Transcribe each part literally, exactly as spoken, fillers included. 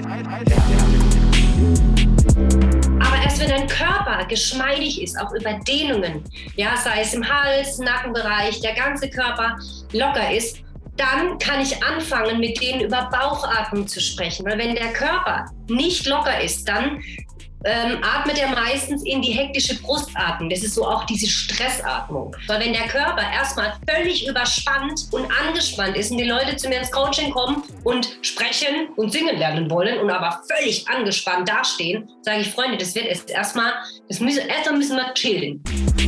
Aber erst wenn dein Körper geschmeidig ist, auch über Dehnungen, ja, sei es im Hals, Nackenbereich, der ganze Körper locker ist, dann kann ich anfangen, mit denen über Bauchatmung zu sprechen. Weil wenn der Körper nicht locker ist, dann ähm, atmet er meistens in die hektische Brustatmung. Das ist so auch diese Stressatmung. Weil wenn der Körper erstmal völlig überspannt und angespannt ist und die Leute zu mir ins Coaching kommen und sprechen und singen lernen wollen und aber völlig angespannt dastehen, sage ich, Freunde, das wird erst erstmal, das müssen, erstmal müssen wir chillen.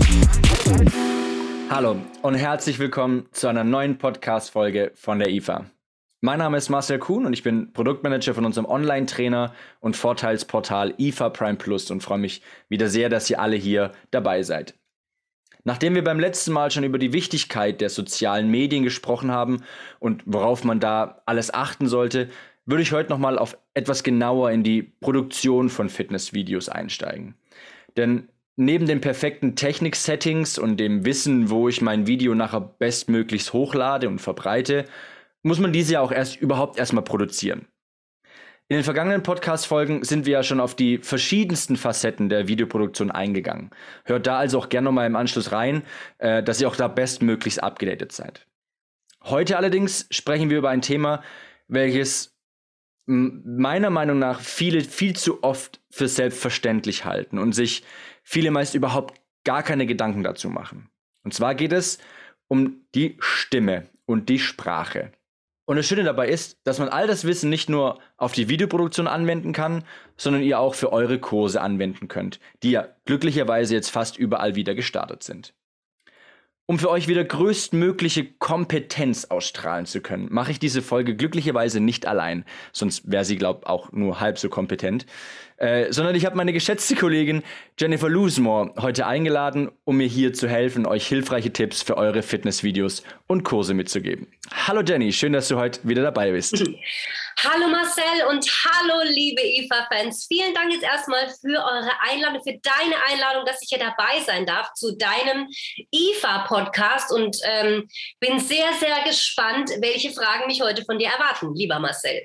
Hallo und herzlich willkommen zu einer neuen Podcast-Folge von der I F A. Mein Name ist Marcel Kuhn und ich bin Produktmanager von unserem Online-Trainer und Vorteilsportal I F A Prime Plus und freue mich wieder sehr, dass ihr alle hier dabei seid. Nachdem wir beim letzten Mal schon über die Wichtigkeit der sozialen Medien gesprochen haben und worauf man da alles achten sollte, würde ich heute nochmal auf etwas genauer in die Produktion von Fitnessvideos einsteigen. Denn neben den perfekten Technik-Settings und dem Wissen, wo ich mein Video nachher bestmöglichst hochlade und verbreite, muss man diese ja auch erst überhaupt erstmal produzieren. In den vergangenen Podcast-Folgen sind wir ja schon auf die verschiedensten Facetten der Videoproduktion eingegangen. Hört da also auch gerne nochmal im Anschluss rein, äh, dass ihr auch da bestmöglichst abgedatet seid. Heute allerdings sprechen wir über ein Thema, welches m- meiner Meinung nach viele viel zu oft für selbstverständlich halten und sich viele meist überhaupt gar keine Gedanken dazu machen. Und zwar geht es um die Stimme und die Sprache. Und das Schöne dabei ist, dass man all das Wissen nicht nur auf die Videoproduktion anwenden kann, sondern ihr auch für eure Kurse anwenden könnt, die ja glücklicherweise jetzt fast überall wieder gestartet sind. Um für euch wieder größtmögliche Kompetenz ausstrahlen zu können, mache ich diese Folge glücklicherweise nicht allein, sonst wäre sie, glaube ich, auch nur halb so kompetent, äh, sondern ich habe meine geschätzte Kollegin Jennifer Loosemore heute eingeladen, um mir hier zu helfen, euch hilfreiche Tipps für eure Fitnessvideos und Kurse mitzugeben. Hallo Jenny, schön, dass du heute wieder dabei bist. Hallo Marcel und hallo liebe I F A-Fans. Vielen Dank jetzt erstmal für eure Einladung, für deine Einladung, dass ich hier dabei sein darf zu deinem I F A-Podcast und ähm, bin sehr, sehr gespannt, welche Fragen mich heute von dir erwarten, lieber Marcel.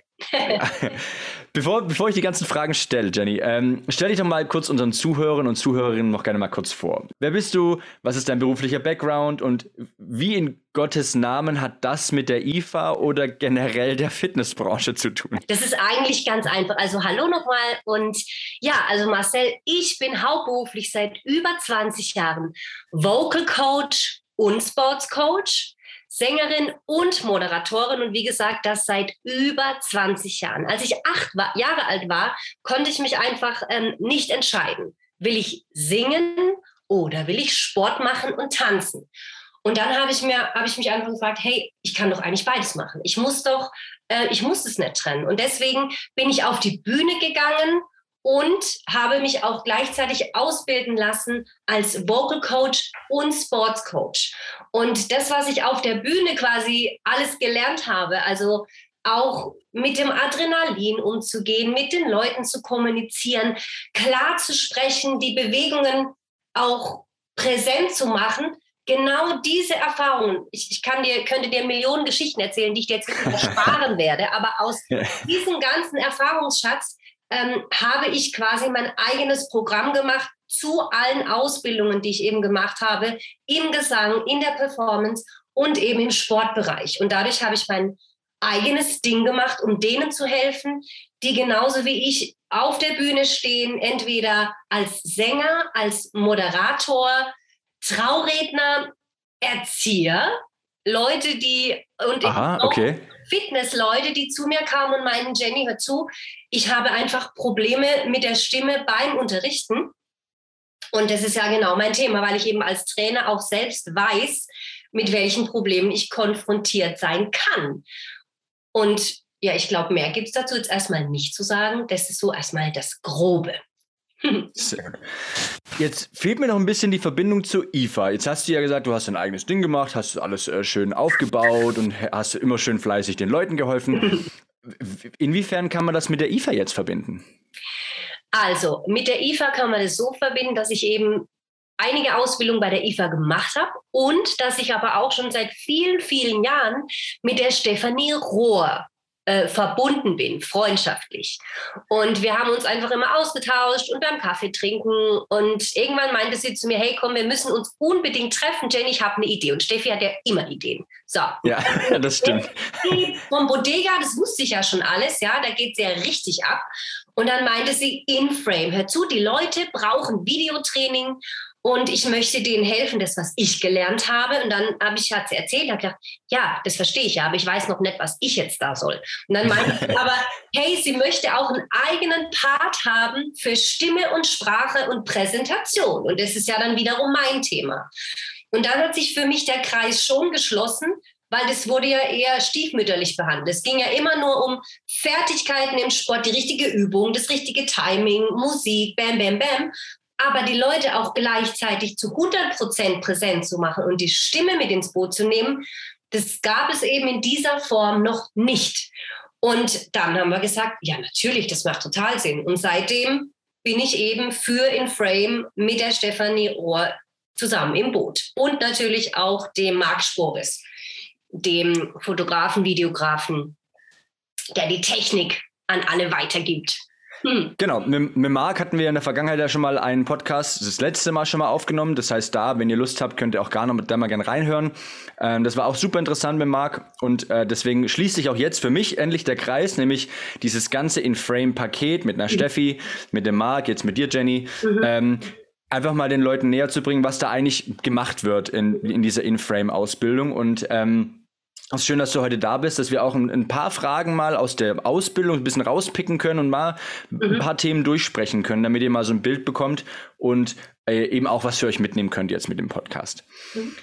Bevor, bevor ich die ganzen Fragen stelle, Jenny, ähm, stell dich doch mal kurz unseren Zuhörern und Zuhörerinnen noch gerne mal kurz vor. Wer bist du? Was ist dein beruflicher Background? Und wie in Gottes Namen hat das mit der I F A oder generell der Fitnessbranche zu tun? Das ist eigentlich ganz einfach. Also hallo nochmal und ja, also Marcel, ich bin hauptberuflich seit über zwanzig Jahren Vocal Coach und Sports Coach, Sängerin und Moderatorin und wie gesagt, das seit über zwanzig Jahren. Als ich acht war, Jahre alt war, konnte ich mich einfach ähm, nicht entscheiden. Will ich singen oder will ich Sport machen und tanzen? Und dann habe ich, mir, habe ich mich einfach gefragt, hey, ich kann doch eigentlich beides machen. Ich muss doch, äh, ich muss es nicht trennen. Und deswegen bin ich auf die Bühne gegangen und habe mich auch gleichzeitig ausbilden lassen als Vocal Coach und Sports Coach. Und das, was ich auf der Bühne quasi alles gelernt habe, also auch mit dem Adrenalin umzugehen, mit den Leuten zu kommunizieren, klar zu sprechen, die Bewegungen auch präsent zu machen, genau diese Erfahrungen, ich, ich kann dir, könnte dir Millionen Geschichten erzählen, die ich dir jetzt nicht ersparen werde, aber aus diesem ganzen Erfahrungsschatz ähm, habe ich quasi mein eigenes Programm gemacht zu allen Ausbildungen, die ich eben gemacht habe, im Gesang, in der Performance und eben im Sportbereich. Und dadurch habe ich mein eigenes Ding gemacht, um denen zu helfen, die genauso wie ich auf der Bühne stehen, entweder als Sänger, als Moderator, Trauredner, Erzieher, Leute, die und Aha, okay. Fitnessleute, die zu mir kamen und meinen, Jenny, hör zu, ich habe einfach Probleme mit der Stimme beim Unterrichten. Und das ist ja genau mein Thema, weil ich eben als Trainer auch selbst weiß, mit welchen Problemen ich konfrontiert sein kann. Und ja, ich glaube, mehr gibt es dazu jetzt erstmal nicht zu sagen. Das ist so erstmal das Grobe. Jetzt fehlt mir noch ein bisschen die Verbindung zur I F A. Jetzt hast du ja gesagt, du hast dein eigenes Ding gemacht, hast alles äh, schön aufgebaut und hast immer schön fleißig den Leuten geholfen. Inwiefern kann man das mit der I F A jetzt verbinden? Also, mit der I F A kann man das so verbinden, dass ich eben einige Ausbildungen bei der I F A gemacht habe und dass ich aber auch schon seit vielen, vielen Jahren mit der Stefanie Rohr äh, verbunden bin, freundschaftlich. Und wir haben uns einfach immer ausgetauscht und beim Kaffee trinken. Und irgendwann meinte sie zu mir, hey, komm, wir müssen uns unbedingt treffen. Jenny, ich habe eine Idee. Und Steffi hat ja immer Ideen. So. Ja, das stimmt. Vom Bodega, das wusste ich ja schon alles, ja, da geht sie ja richtig ab. Und dann meinte sie, In-Frame, hör zu, die Leute brauchen Videotraining und ich möchte denen helfen, das, was ich gelernt habe. Und dann habe ich, hat sie erzählt, habe gedacht, ja, das verstehe ich ja, aber ich weiß noch nicht, was ich jetzt da soll. Und dann meinte sie aber, hey, sie möchte auch einen eigenen Part haben für Stimme und Sprache und Präsentation. Und das ist ja dann wiederum mein Thema. Und dann hat sich für mich der Kreis schon geschlossen, weil das wurde ja eher stiefmütterlich behandelt. Es ging ja immer nur um Fertigkeiten im Sport, die richtige Übung, das richtige Timing, Musik, bam, bam, bam. Aber die Leute auch gleichzeitig zu hundert Prozent präsent zu machen und die Stimme mit ins Boot zu nehmen, das gab es eben in dieser Form noch nicht. Und dann haben wir gesagt, ja, natürlich, das macht total Sinn. Und seitdem bin ich eben für In-Frame mit der Stefanie Ohr zusammen im Boot. Und natürlich auch dem Marc Sporis, dem Fotografen, Videografen, der die Technik an alle weitergibt. Hm. Genau, mit, mit Marc hatten wir in der Vergangenheit ja schon mal einen Podcast, das letzte Mal schon mal aufgenommen. Das heißt, da, wenn ihr Lust habt, könnt ihr auch gar noch da mal gerne reinhören. Ähm, das war auch super interessant mit Marc und äh, deswegen schließt sich auch jetzt für mich endlich der Kreis, nämlich dieses ganze In-Frame-Paket mit einer mhm. Steffi, mit dem Marc, jetzt mit dir, Jenny. Mhm. Ähm, einfach mal den Leuten näher zu bringen, was da eigentlich gemacht wird in, in dieser In-Frame-Ausbildung. Und ähm, es ist schön, dass du heute da bist, dass wir auch ein, ein paar Fragen mal aus der Ausbildung ein bisschen rauspicken können und mal mhm. ein paar Themen durchsprechen können, damit ihr mal so ein Bild bekommt und äh, eben auch was für euch mitnehmen könnt jetzt mit dem Podcast. Mhm.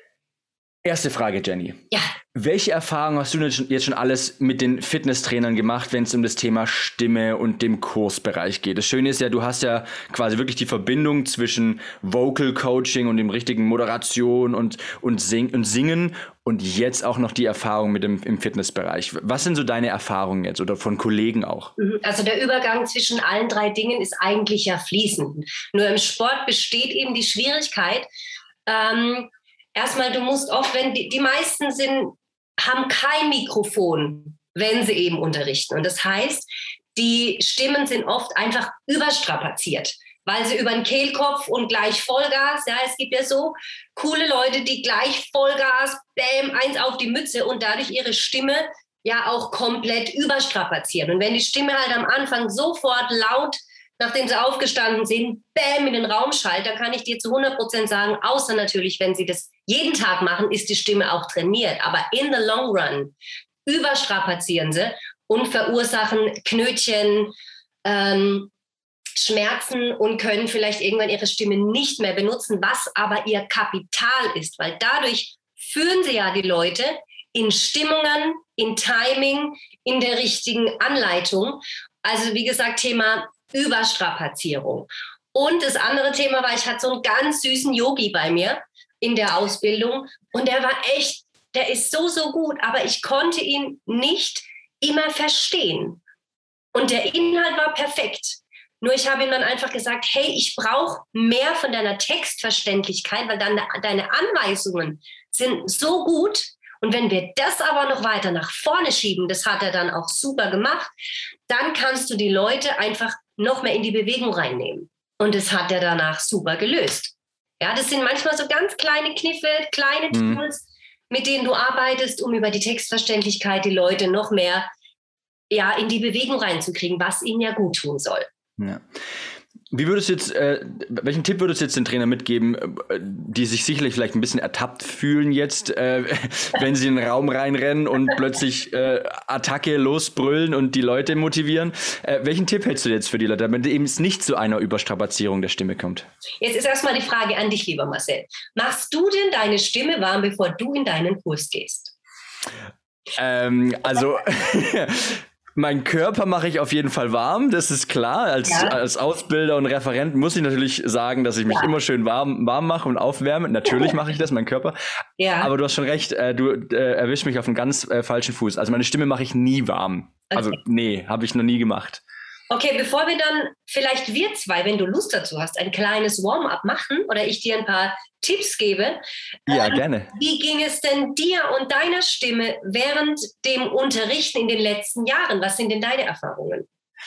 Erste Frage, Jenny. Ja. Welche Erfahrungen hast du jetzt schon alles mit den Fitnesstrainern gemacht, wenn es um das Thema Stimme und dem Kursbereich geht? Das Schöne ist ja, du hast ja quasi wirklich die Verbindung zwischen Vocal Coaching und dem richtigen Moderation und, und, Sing und Singen und jetzt auch noch die Erfahrung mit dem im Fitnessbereich. Was sind so deine Erfahrungen jetzt oder von Kollegen auch? Also der Übergang zwischen allen drei Dingen ist eigentlich ja fließend. Nur im Sport besteht eben die Schwierigkeit, ähm, erstmal, du musst oft, wenn die, die meisten sind, haben kein Mikrofon, wenn sie eben unterrichten. Und das heißt, die Stimmen sind oft einfach überstrapaziert, weil sie über den Kehlkopf und gleich Vollgas, ja, es gibt ja so coole Leute, die gleich Vollgas, bäm, eins auf die Mütze und dadurch ihre Stimme ja auch komplett überstrapazieren. Und wenn die Stimme halt am Anfang sofort laut, nachdem sie aufgestanden sind, bäm, in den Raum schallt, dann kann ich dir zu hundert Prozent sagen, außer natürlich, wenn sie das jeden Tag machen, ist die Stimme auch trainiert. Aber in the long run überstrapazieren sie und verursachen Knötchen, ähm, Schmerzen und können vielleicht irgendwann ihre Stimme nicht mehr benutzen, was aber ihr Kapital ist. Weil dadurch führen sie ja die Leute in Stimmungen, in Timing, in der richtigen Anleitung. Also wie gesagt, Thema Überstrapazierung. Und das andere Thema war, ich hatte so einen ganz süßen Yogi bei mir in der Ausbildung und der war echt, der ist so, so gut, aber ich konnte ihn nicht immer verstehen. Und der Inhalt war perfekt. Nur ich habe ihm dann einfach gesagt, hey, ich brauche mehr von deiner Textverständlichkeit, weil deine, deine Anweisungen sind so gut. Und wenn wir das aber noch weiter nach vorne schieben, das hat er dann auch super gemacht, dann kannst du die Leute einfach noch mehr in die Bewegung reinnehmen. Und das hat er danach super gelöst. Ja, das sind manchmal so ganz kleine Kniffe, kleine Tools, mhm. mit denen du arbeitest, um über die Textverständlichkeit die Leute noch mehr ja, in die Bewegung reinzukriegen, was ihnen ja gut tun soll. Ja. Wie würdest du jetzt, äh, welchen Tipp würdest du jetzt den Trainer mitgeben, äh, die sich sicherlich vielleicht ein bisschen ertappt fühlen jetzt, äh, wenn sie in den Raum reinrennen und plötzlich äh, Attacke losbrüllen und die Leute motivieren? Äh, welchen Tipp hättest du jetzt für die Leute, damit eben es nicht zu einer Überstrapazierung der Stimme kommt? Jetzt ist erstmal die Frage an dich, lieber Marcel. Machst du denn deine Stimme warm, bevor du in deinen Kurs gehst? Ähm, also... Mein Körper mache ich auf jeden Fall warm, das ist klar. Als, ja. als Ausbilder und Referent muss ich natürlich sagen, dass ich mich ja. immer schön warm, warm mache und aufwärme. Natürlich mache ich das, mein Körper. Ja. Aber du hast schon recht, äh, du äh, erwischst mich auf einen ganz äh, falschen Fuß. Also meine Stimme mache ich nie warm. Okay. Also nee, habe ich noch nie gemacht. Okay, bevor wir dann vielleicht wir zwei, wenn du Lust dazu hast, ein kleines Warm-up machen oder ich dir ein paar Tipps gebe. Ja, ähm, gerne. Wie ging es denn dir und deiner Stimme während dem Unterrichten in den letzten Jahren? Was sind denn deine Erfahrungen?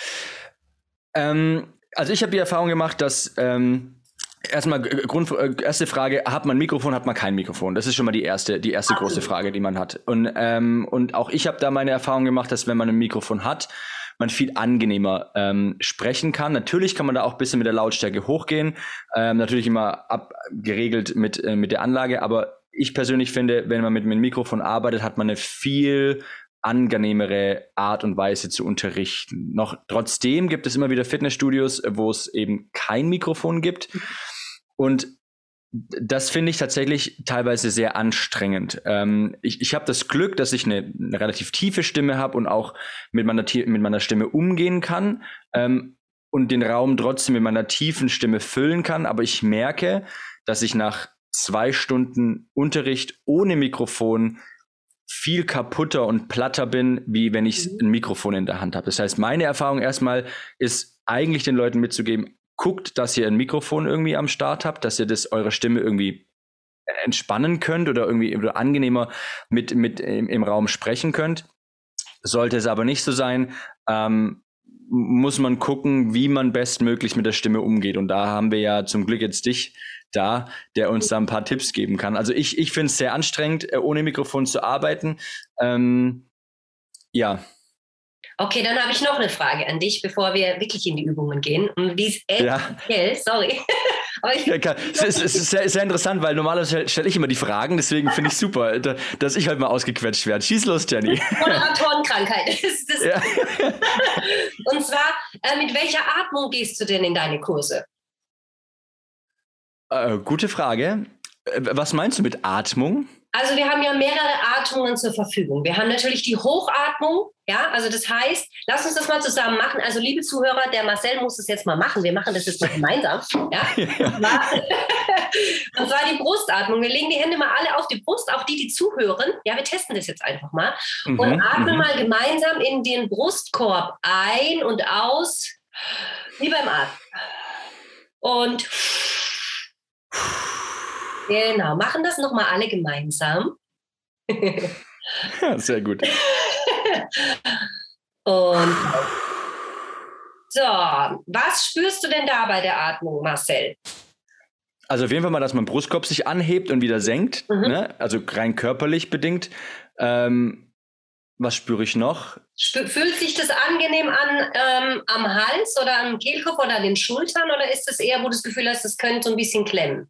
Ähm, also ich habe die Erfahrung gemacht, dass ähm, erstmal Grund, erste Frage, hat man ein Mikrofon, hat man kein Mikrofon? Das ist schon mal die erste, die erste große Frage, die man hat. Und, ähm, und auch ich habe da meine Erfahrung gemacht, dass wenn man ein Mikrofon hat, man viel angenehmer ähm, sprechen kann. Natürlich kann man da auch ein bisschen mit der Lautstärke hochgehen, ähm, natürlich immer abgeregelt mit, äh, mit der Anlage, aber ich persönlich finde, wenn man mit, mit dem Mikrofon arbeitet, hat man eine viel angenehmere Art und Weise zu unterrichten. Noch trotzdem gibt es immer wieder Fitnessstudios, wo es eben kein Mikrofon gibt. Und das finde ich tatsächlich teilweise sehr anstrengend. Ähm, ich ich habe das Glück, dass ich eine, eine relativ tiefe Stimme habe und auch mit meiner, mit meiner Stimme umgehen kann ähm, und den Raum trotzdem mit meiner tiefen Stimme füllen kann. Aber ich merke, dass ich nach zwei Stunden Unterricht ohne Mikrofon viel kaputter und platter bin, wie wenn ich ein Mikrofon in der Hand habe. Das heißt, meine Erfahrung erstmal ist eigentlich den Leuten mitzugeben, guckt, dass ihr ein Mikrofon irgendwie am Start habt, dass ihr das eure Stimme irgendwie entspannen könnt oder irgendwie oder angenehmer mit, mit im, im Raum sprechen könnt. Sollte es aber nicht so sein, ähm, muss man gucken, wie man bestmöglich mit der Stimme umgeht. Und da haben wir ja zum Glück jetzt dich da, der uns da ein paar Tipps geben kann. Also ich, ich finde es sehr anstrengend, ohne Mikrofon zu arbeiten. Ähm, ja. Okay, dann habe ich noch eine Frage an dich, bevor wir wirklich in die Übungen gehen. Und die ist essentiell, ja. Sorry. Aber ich ja, es, ist, es ist sehr, sehr interessant, weil normalerweise stelle ich immer die Fragen, deswegen finde ich super, dass ich halt mal ausgequetscht werde. Schieß los, Jenny. Moderatorenkrankheit. Das, das ja. Und zwar, äh, mit welcher Atmung gehst du denn in deine Kurse? Äh, gute Frage. Was meinst du mit Atmung? Also wir haben ja mehrere Atmungen zur Verfügung. Wir haben natürlich die Hochatmung, ja, also das heißt, lass uns das mal zusammen machen. Also liebe Zuhörer, der Marcel muss es jetzt mal machen. Wir machen das jetzt mal gemeinsam, ja. ja. Und, zwar, und zwar die Brustatmung. Wir legen die Hände mal alle auf die Brust, auch die, die zuhören. Ja, wir testen das jetzt einfach mal mhm, und atmen mhm. mal gemeinsam in den Brustkorb ein und aus, wie beim Atmen. Und genau, machen das nochmal alle gemeinsam. Ja, sehr gut. Und so, was spürst du denn da bei der Atmung, Marcel? Also auf jeden Fall mal, dass man Brustkorb sich anhebt und wieder senkt, mhm. ne? Also rein körperlich bedingt. Ähm, was spüre ich noch? Spür, fühlt sich das angenehm an ähm, am Hals oder am Kehlkopf oder an den Schultern oder ist es eher, wo du das Gefühl hast, das könnte so ein bisschen klemmen?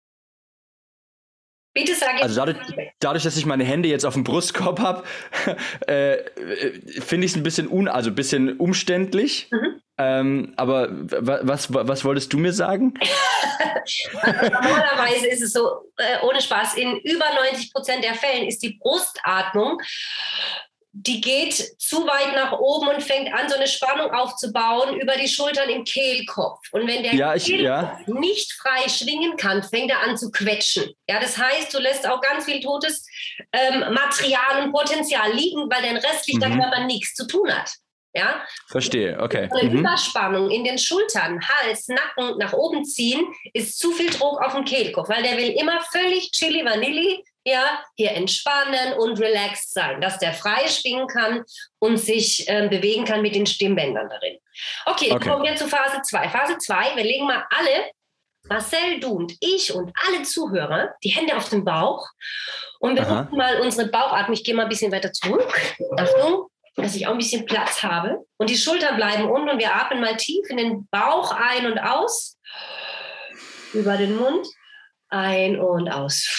Bitte sag jetzt. Also dadurch, dadurch, dass ich meine Hände jetzt auf dem Brustkorb habe, äh, finde ich es ein bisschen un, also ein bisschen umständlich. Mhm. Ähm, aber was, was wolltest du mir sagen? Also normalerweise ist es so, äh, ohne Spaß, in über neunzig Prozent der Fällen ist die Brustatmung, die geht zu weit nach oben und fängt an, so eine Spannung aufzubauen über die Schultern im Kehlkopf. Und wenn der ja, ich, Kehlkopf ja. nicht frei schwingen kann, fängt er an zu quetschen. Ja, das heißt, du lässt auch ganz viel totes ähm, Material und Potenzial liegen, weil dein restlicher mhm. Körper nichts zu tun hat. Ja? Verstehe, okay. Eine mhm. Überspannung in den Schultern, Hals, Nacken nach oben ziehen, ist zu viel Druck auf den Kehlkopf, weil der will immer völlig chili vanilli, ja, hier entspannen und relaxed sein, dass der frei schwingen kann und sich äh, bewegen kann mit den Stimmbändern darin. Okay, okay. Kommen wir zu Phase zwei. Phase zwei, wir legen mal alle, Marcel, du und ich und alle Zuhörer, die Hände auf den Bauch und wir gucken mal unsere Bauchatmung. Ich gehe mal ein bisschen weiter zurück. Achtung, dass ich auch ein bisschen Platz habe. Und die Schultern bleiben unten und wir atmen mal tief in den Bauch ein und aus. Über den Mund. Ein und aus.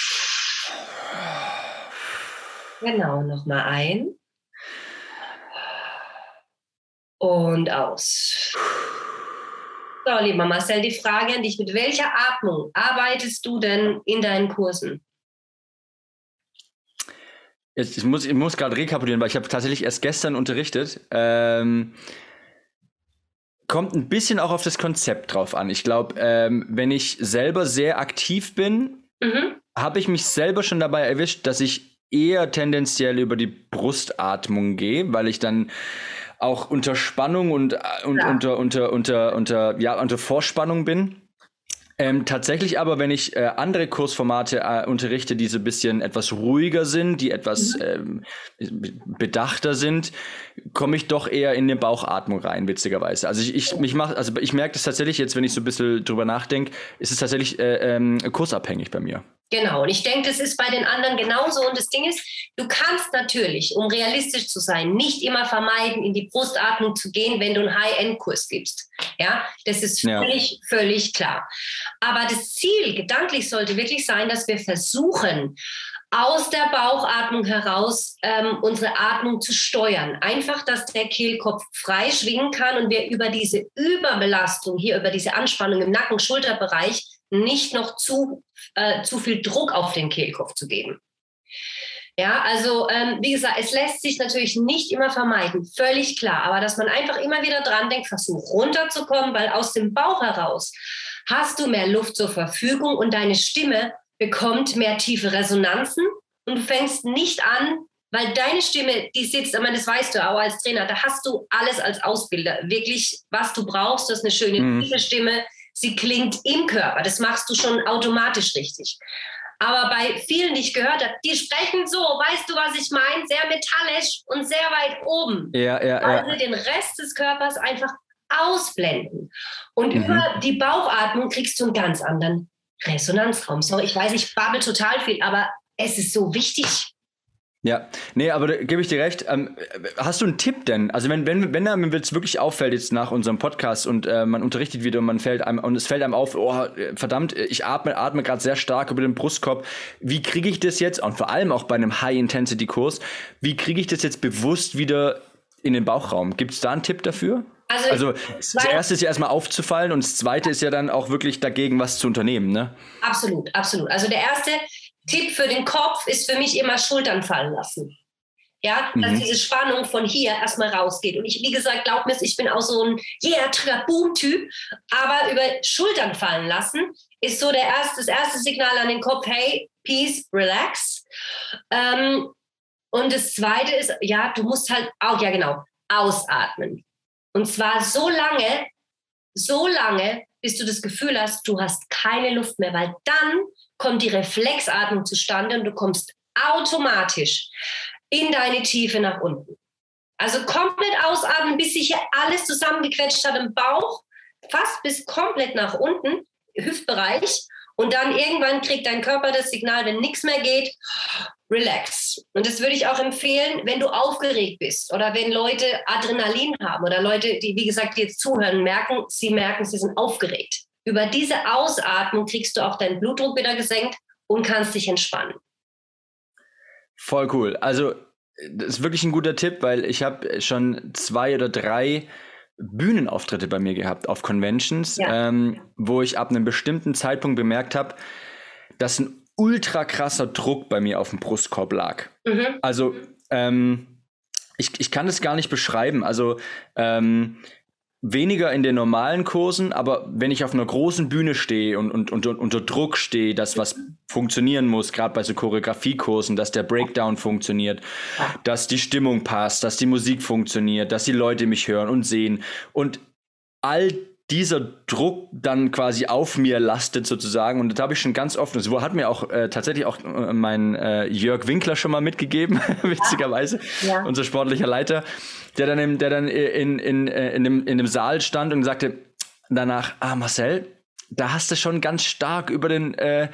Genau, nochmal ein. Und aus. So, lieber Marcel, die Frage an dich. Mit welcher Atmung arbeitest du denn in deinen Kursen? Jetzt, ich muss, ich muss gerade rekapitulieren, weil ich habe tatsächlich erst gestern unterrichtet. Ähm, kommt ein bisschen auch auf das Konzept drauf an. Ich glaube, ähm, wenn ich selber sehr aktiv bin, mhm. habe ich mich selber schon dabei erwischt, dass ich eher tendenziell über die Brustatmung gehe, weil ich dann auch unter Spannung und, und Ja. unter, unter, unter, unter, ja, unter Vorspannung bin. Ähm, tatsächlich aber, wenn ich äh, andere Kursformate äh, unterrichte, die so ein bisschen etwas ruhiger sind, die etwas ähm, bedachter sind, komme ich doch eher in eine Bauchatmung rein, witzigerweise. Also ich, ich, mich mach, also ich merke das tatsächlich jetzt, wenn ich so ein bisschen drüber nachdenke, ist es tatsächlich äh, ähm, kursabhängig bei mir. Genau, und ich denke, das ist bei den anderen genauso. Und das Ding ist, du kannst natürlich, um realistisch zu sein, nicht immer vermeiden, in die Brustatmung zu gehen, wenn du einen High-End-Kurs gibst. Ja, das ist völlig, ja. völlig klar. Aber das Ziel gedanklich sollte wirklich sein, dass wir versuchen, aus der Bauchatmung heraus ähm, unsere Atmung zu steuern. Einfach, dass der Kehlkopf frei schwingen kann und wir über diese Überbelastung hier, über diese Anspannung im Nacken-Schulterbereich nicht noch zu, äh, zu viel Druck auf den Kehlkopf zu geben. Ja, also ähm, wie gesagt, es lässt sich natürlich nicht immer vermeiden, völlig klar, aber dass man einfach immer wieder dran denkt, versuch runterzukommen, weil aus dem Bauch heraus hast du mehr Luft zur Verfügung und deine Stimme bekommt mehr tiefe Resonanzen und du fängst nicht an, weil deine Stimme, die sitzt, ich meine, das weißt du auch als Trainer, da hast du alles als Ausbilder, wirklich, was du brauchst, du hast eine schöne mhm. tiefe Stimme, sie klingt im Körper, das machst du schon automatisch richtig. Aber bei vielen, die ich gehört habe, die sprechen so, weißt du, was ich meine? Sehr metallisch und sehr weit oben. Ja, ja, weil ja. sie den Rest des Körpers einfach ausblenden. Und mhm. über die Bauchatmung kriegst du einen ganz anderen Resonanzraum. Sorry, ich weiß, ich babbel total viel, aber es ist so wichtig. Ja, nee, aber da gebe ich dir recht. Ähm, hast du einen Tipp denn? Also wenn wenn wenn einem jetzt wirklich auffällt jetzt nach unserem Podcast und äh, man unterrichtet wieder und man fällt einem und es fällt einem auf, oh verdammt, ich atme atme gerade sehr stark über den Brustkorb. Wie kriege ich das jetzt und vor allem auch bei einem High-Intensity-Kurs, wie kriege ich das jetzt bewusst wieder in den Bauchraum? Gibt es da einen Tipp dafür? Also, also das erste ist ja erstmal aufzufallen und das zweite ist ja dann auch wirklich dagegen was zu unternehmen, ne? Absolut, absolut. Also der erste Tipp für den Kopf ist für mich immer Schultern fallen lassen. Ja, dass mhm. diese Spannung von hier erstmal rausgeht. Und ich, wie gesagt, glaub mir, ich bin auch so ein yeah, Trigger, Boom-Typ. Aber über Schultern fallen lassen ist so der erste, das erste Signal an den Kopf, hey, peace, relax. Ähm, und das zweite ist, ja, du musst halt auch, ja genau, ausatmen. Und zwar so lange, so lange, bis du das Gefühl hast, du hast keine Luft mehr, weil dann kommt die Reflexatmung zustande und du kommst automatisch in deine Tiefe nach unten. Also komplett ausatmen, bis sich hier alles zusammengequetscht hat im Bauch, fast bis komplett nach unten, Hüftbereich. Und dann irgendwann kriegt dein Körper das Signal, wenn nichts mehr geht, relax. Und das würde ich auch empfehlen, wenn du aufgeregt bist oder wenn Leute Adrenalin haben oder Leute, die, wie gesagt, jetzt zuhören, merken, sie merken, sie sind aufgeregt. Über diese Ausatmung kriegst du auch deinen Blutdruck wieder gesenkt und kannst dich entspannen. Voll cool. Also das ist wirklich ein guter Tipp, weil ich habe schon zwei oder drei Bühnenauftritte bei mir gehabt auf Conventions, ja. ähm, wo ich ab einem bestimmten Zeitpunkt bemerkt habe, dass ein ultra krasser Druck bei mir auf dem Brustkorb lag. Mhm. Also ähm, ich, ich kann das gar nicht beschreiben. Also ähm, weniger in den normalen Kursen, aber wenn ich auf einer großen Bühne stehe und, und, und, und unter Druck stehe, dass was funktionieren muss, gerade bei so Choreografiekursen, dass der Breakdown funktioniert, dass die Stimmung passt, dass die Musik funktioniert, dass die Leute mich hören und sehen und all dieser Druck dann quasi auf mir lastet sozusagen. Und das habe ich schon ganz oft, das hat mir auch äh, tatsächlich auch äh, mein äh, Jörg Winkler schon mal mitgegeben, witzigerweise, ja. unser sportlicher Leiter, der dann, im, der dann in, in, in, dem, in dem Saal stand und sagte danach, ah Marcel, da hast du schon ganz stark über den, äh,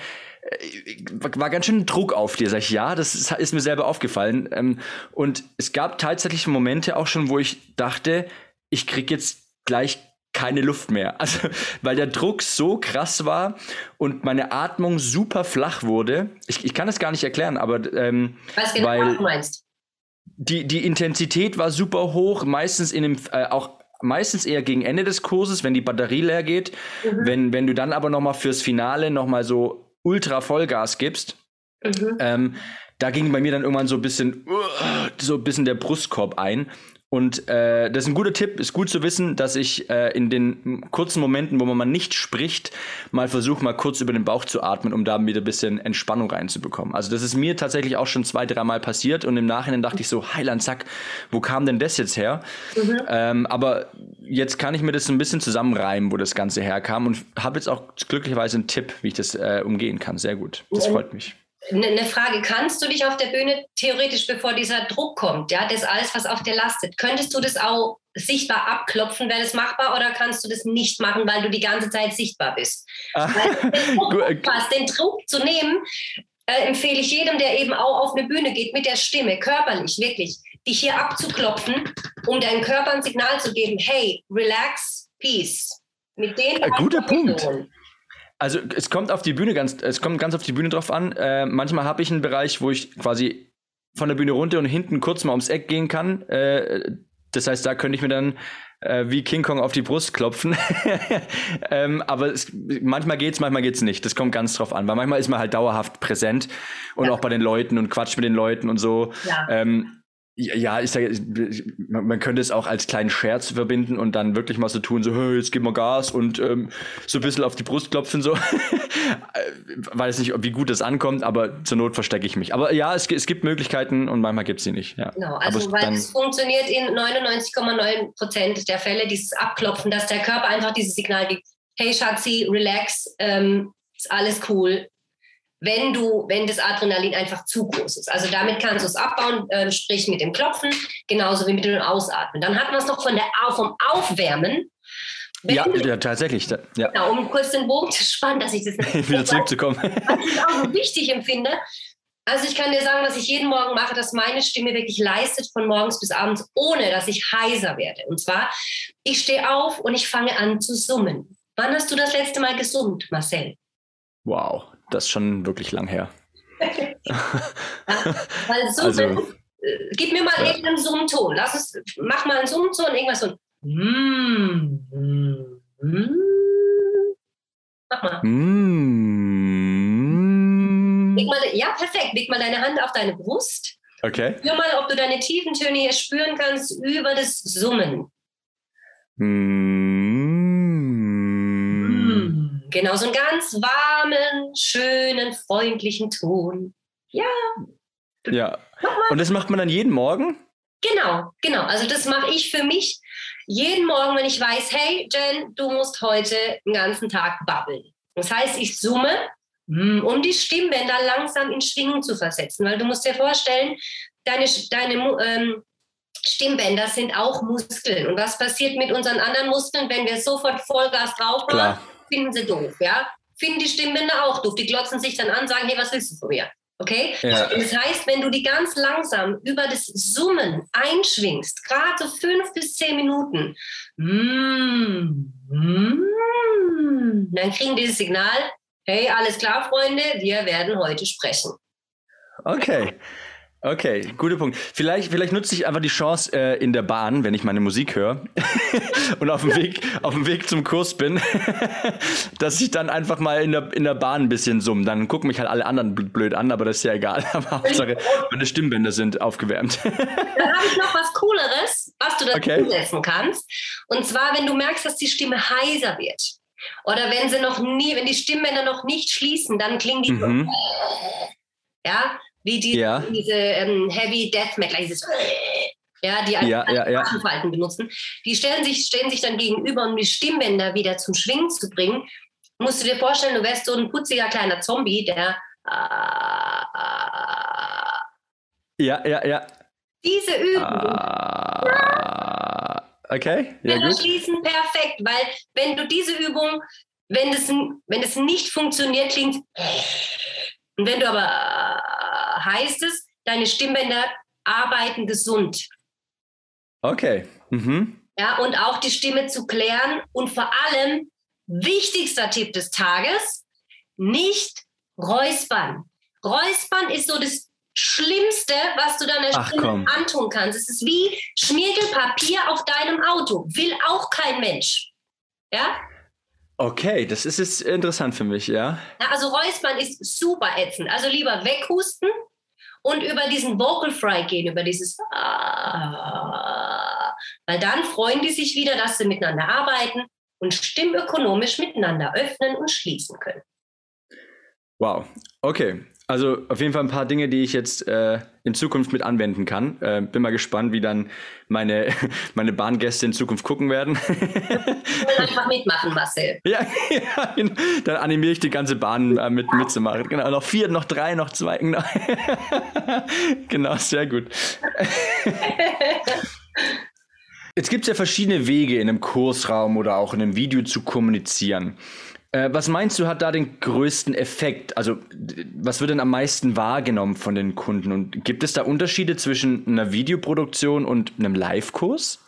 war ganz schön Druck auf dir. Sag ich, ja, das ist, ist mir selber aufgefallen. Ähm, und es gab tatsächlich Momente auch schon, wo ich dachte, ich krieg jetzt gleich keine Luft mehr. Also, weil der Druck so krass war und meine Atmung super flach wurde. Ich, ich kann es gar nicht erklären, aber ähm, was genau weil du meinst. Die, die Intensität war super hoch, meistens in dem, äh, auch meistens eher gegen Ende des Kurses, wenn die Batterie leer geht. Mhm. Wenn, wenn du dann aber nochmal fürs Finale nochmal so ultra Vollgas gibst, mhm. ähm, da ging bei mir dann irgendwann so ein bisschen, uh, so ein bisschen der Brustkorb ein. Und äh, das ist ein guter Tipp, ist gut zu wissen, dass ich äh, in den kurzen Momenten, wo man mal nicht spricht, mal versuche, mal kurz über den Bauch zu atmen, um da wieder ein bisschen Entspannung reinzubekommen. Also das ist mir tatsächlich auch schon zwei, dreimal passiert und im Nachhinein dachte ich so, Heiland, Sack, wo kam denn das jetzt her? Mhm. Ähm, aber jetzt kann ich mir das so ein bisschen zusammenreimen, wo das Ganze herkam und habe jetzt auch glücklicherweise einen Tipp, wie ich das äh, umgehen kann. Sehr gut, das freut mich. Eine Frage, kannst du dich auf der Bühne theoretisch, bevor dieser Druck kommt, ja, das alles, was auf dir lastet, könntest du das auch sichtbar abklopfen, wäre das machbar oder kannst du das nicht machen, weil du die ganze Zeit sichtbar bist? Ah, weil den, Druck, passt, den Druck zu nehmen, äh, empfehle ich jedem, der eben auch auf eine Bühne geht, mit der Stimme, körperlich, wirklich, dich hier abzuklopfen, um deinem Körper ein Signal zu geben, hey, relax, peace. Mit den äh, guter Punkt. Also es kommt auf die Bühne ganz, es kommt ganz auf die Bühne drauf an. Äh, manchmal habe ich einen Bereich, wo ich quasi von der Bühne runter und hinten kurz mal ums Eck gehen kann. Äh, das heißt, da könnte ich mir dann äh, wie King Kong auf die Brust klopfen. ähm, aber es, manchmal geht's, manchmal geht's nicht. Das kommt ganz drauf an, weil manchmal ist man halt dauerhaft präsent und ja. auch bei den Leuten und quatscht mit den Leuten und so. Ja. Ähm, Ja, ich sage, man könnte es auch als kleinen Scherz verbinden und dann wirklich mal so tun, so, hey, jetzt gib mal Gas und ähm, so ein bisschen auf die Brust klopfen, so. Weiß nicht, wie gut das ankommt, aber zur Not verstecke ich mich. Aber ja, es, es gibt Möglichkeiten und manchmal gibt es sie nicht. Ja. Genau, also aber weil es funktioniert in neunundneunzig Komma neun Prozent der Fälle, dieses Abklopfen, dass der Körper einfach dieses Signal gibt, hey Schatzi, relax, ähm, ist alles cool. Wenn du, wenn das Adrenalin einfach zu groß ist. Also damit kannst du es abbauen, äh, sprich mit dem Klopfen, genauso wie mit dem Ausatmen. Dann hat man es noch von der, vom Aufwärmen. Wenn ja, du, ja, tatsächlich. Ja. Genau, um kurz den Bogen zu spannen, dass ich das nicht wieder zurückzukommen. Was ich auch so wichtig empfinde. Also ich kann dir sagen, was ich jeden Morgen mache, dass meine Stimme wirklich leistet von morgens bis abends, ohne dass ich heiser werde. Und zwar, ich stehe auf und ich fange an zu summen. Wann hast du das letzte Mal gesummt, Marcel? Wow, das ist schon wirklich lang her. ja, weil so, also, äh, gib mir mal ja. irgendeinen Summton. Lass es, mach mal einen Summton, irgendwas so. Mm, mm, mm. Mach mal. Mm. Leg mal. Ja, perfekt. Leg mal deine Hand auf deine Brust. Okay. Spür mal, ob du deine tiefen Töne hier spüren kannst über das Summen. Mm. Genau, so einen ganz warmen, schönen, freundlichen Ton. Ja. Ja. Und das macht man dann jeden Morgen? Genau, genau. Also das mache ich für mich jeden Morgen, wenn ich weiß, hey Jen, du musst heute den ganzen Tag babbeln. Das heißt, ich summe, um die Stimmbänder langsam in Schwingung zu versetzen. Weil du musst dir vorstellen, deine, deine ähm, Stimmbänder sind auch Muskeln. Und was passiert mit unseren anderen Muskeln, wenn wir sofort Vollgas drauf machen? Finden sie doof, ja? Finden die Stimmbänder auch doof. Die glotzen sich dann an, sagen, hey, was willst du von mir? Okay? Ja. Das heißt, wenn du die ganz langsam über das Summen einschwingst, gerade so fünf bis zehn Minuten, mm, mm, dann kriegen die das Signal, hey, alles klar, Freunde, wir werden heute sprechen. Okay. Okay, guter Punkt. Vielleicht, vielleicht nutze ich einfach die Chance äh, in der Bahn, wenn ich meine Musik höre und auf dem Weg, auf dem Weg zum Kurs bin, dass ich dann einfach mal in der, in der Bahn ein bisschen summe. Dann gucken mich halt alle anderen blöd an, aber das ist ja egal. Aber Hauptsache, meine Stimmbänder sind aufgewärmt. Dann habe ich noch was Cooleres, was du dazu okay. setzen kannst. Und zwar, wenn du merkst, dass die Stimme heiser wird. Oder wenn sie noch nie, wenn die Stimmbänder noch nicht schließen, dann klingen die mhm. so, ja, wie die, ja. diese ähm, Heavy Death Metal, dieses ja, die ja, ja, ja. Falten benutzen. Die stellen sich, stellen sich dann gegenüber, um die Stimmbänder wieder zum Schwingen zu bringen. Musst du dir vorstellen, du wärst so ein putziger kleiner Zombie, der äh, ja, ja, ja. Diese Übung. Uh, okay, ja gut. Schließen, perfekt, weil wenn du diese Übung, wenn das, wenn das nicht funktioniert, klingt und wenn du aber äh, heißt es, deine Stimmbänder arbeiten gesund. Okay. Mhm. Ja, und auch die Stimme zu klären und vor allem, wichtigster Tipp des Tages, nicht räuspern. Räuspern ist so das Schlimmste, was du deiner Ach, Stimme komm. antun kannst. Es ist wie Schmirgelpapier auf deinem Auto. Will auch kein Mensch. Ja? Okay, das ist jetzt interessant für mich, ja. ja also Räuspern ist super ätzend. Also lieber weghusten und über diesen Vocal Fry gehen, über dieses weil dann freuen die sich wieder, dass sie miteinander arbeiten und stimmökonomisch miteinander öffnen und schließen können. Wow, okay. Also auf jeden Fall ein paar Dinge, die ich jetzt äh, in Zukunft mit anwenden kann. Äh, bin mal gespannt, wie dann meine, meine Bahngäste in Zukunft gucken werden. Ich will einfach mitmachen, Marcel. Ja, ja, dann animiere ich die ganze Bahn äh, mit, mitzumachen. Genau, noch vier, noch drei, noch zwei. Genau, genau, sehr gut. Jetzt gibt es ja verschiedene Wege, in einem Kursraum oder auch in einem Video zu kommunizieren. Äh, was meinst du, hat da den größten Effekt? Also, was wird denn am meisten wahrgenommen von den Kunden? Und gibt es da Unterschiede zwischen einer Videoproduktion und einem Live-Kurs?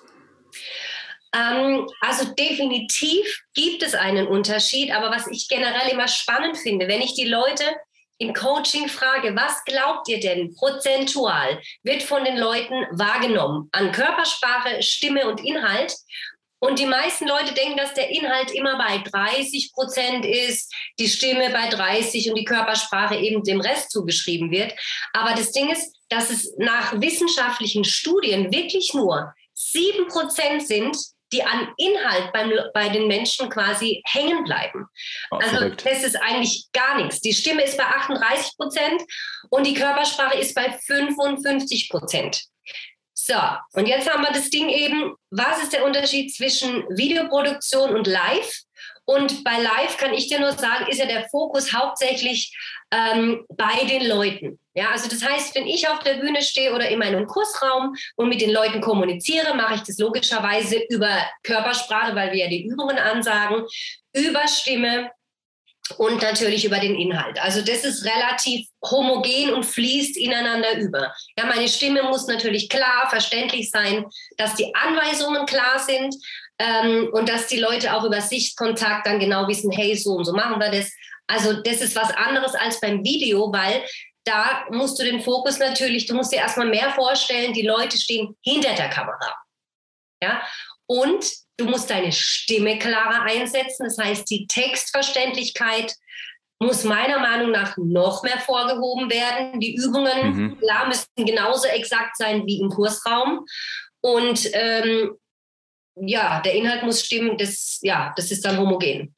Ähm, also definitiv gibt es einen Unterschied, aber was ich generell immer spannend finde, wenn ich die Leute im Coaching frage, was glaubt ihr denn prozentual wird von den Leuten wahrgenommen an Körpersprache, Stimme und Inhalt? Und die meisten Leute denken, dass der Inhalt immer bei dreißig Prozent ist, die Stimme bei dreißig und die Körpersprache eben dem Rest zugeschrieben wird. Aber das Ding ist, dass es nach wissenschaftlichen Studien wirklich nur sieben Prozent sind, die an Inhalt beim, bei den Menschen quasi hängen bleiben. Oh, also verrückt. Das ist eigentlich gar nichts. Die Stimme ist bei achtunddreißig Prozent und die Körpersprache ist bei fünfundfünfzig Prozent. So, und jetzt haben wir das Ding eben, was ist der Unterschied zwischen Videoproduktion und Live? Und bei Live kann ich dir nur sagen, ist ja der Fokus hauptsächlich ähm, bei den Leuten. Ja, also das heißt, wenn ich auf der Bühne stehe oder in meinem Kursraum und mit den Leuten kommuniziere, mache ich das logischerweise über Körpersprache, weil wir ja die Übungen ansagen, über Stimme und natürlich über den Inhalt. Also das ist relativ homogen und fließt ineinander über. Ja, meine Stimme muss natürlich klar, verständlich sein, dass die Anweisungen klar sind ähm, und dass die Leute auch über Sichtkontakt dann genau wissen, hey, so und so machen wir das. Also das ist was anderes als beim Video, weil da musst du den Fokus natürlich, du musst dir erstmal mehr vorstellen, die Leute stehen hinter der Kamera. Ja, und du musst deine Stimme klarer einsetzen. Das heißt, die Textverständlichkeit muss meiner Meinung nach noch mehr vorgehoben werden. Die Übungen, mhm. klar, müssen genauso exakt sein wie im Kursraum. Und ähm, ja, der Inhalt muss stimmen. Das, ja, das ist dann homogen.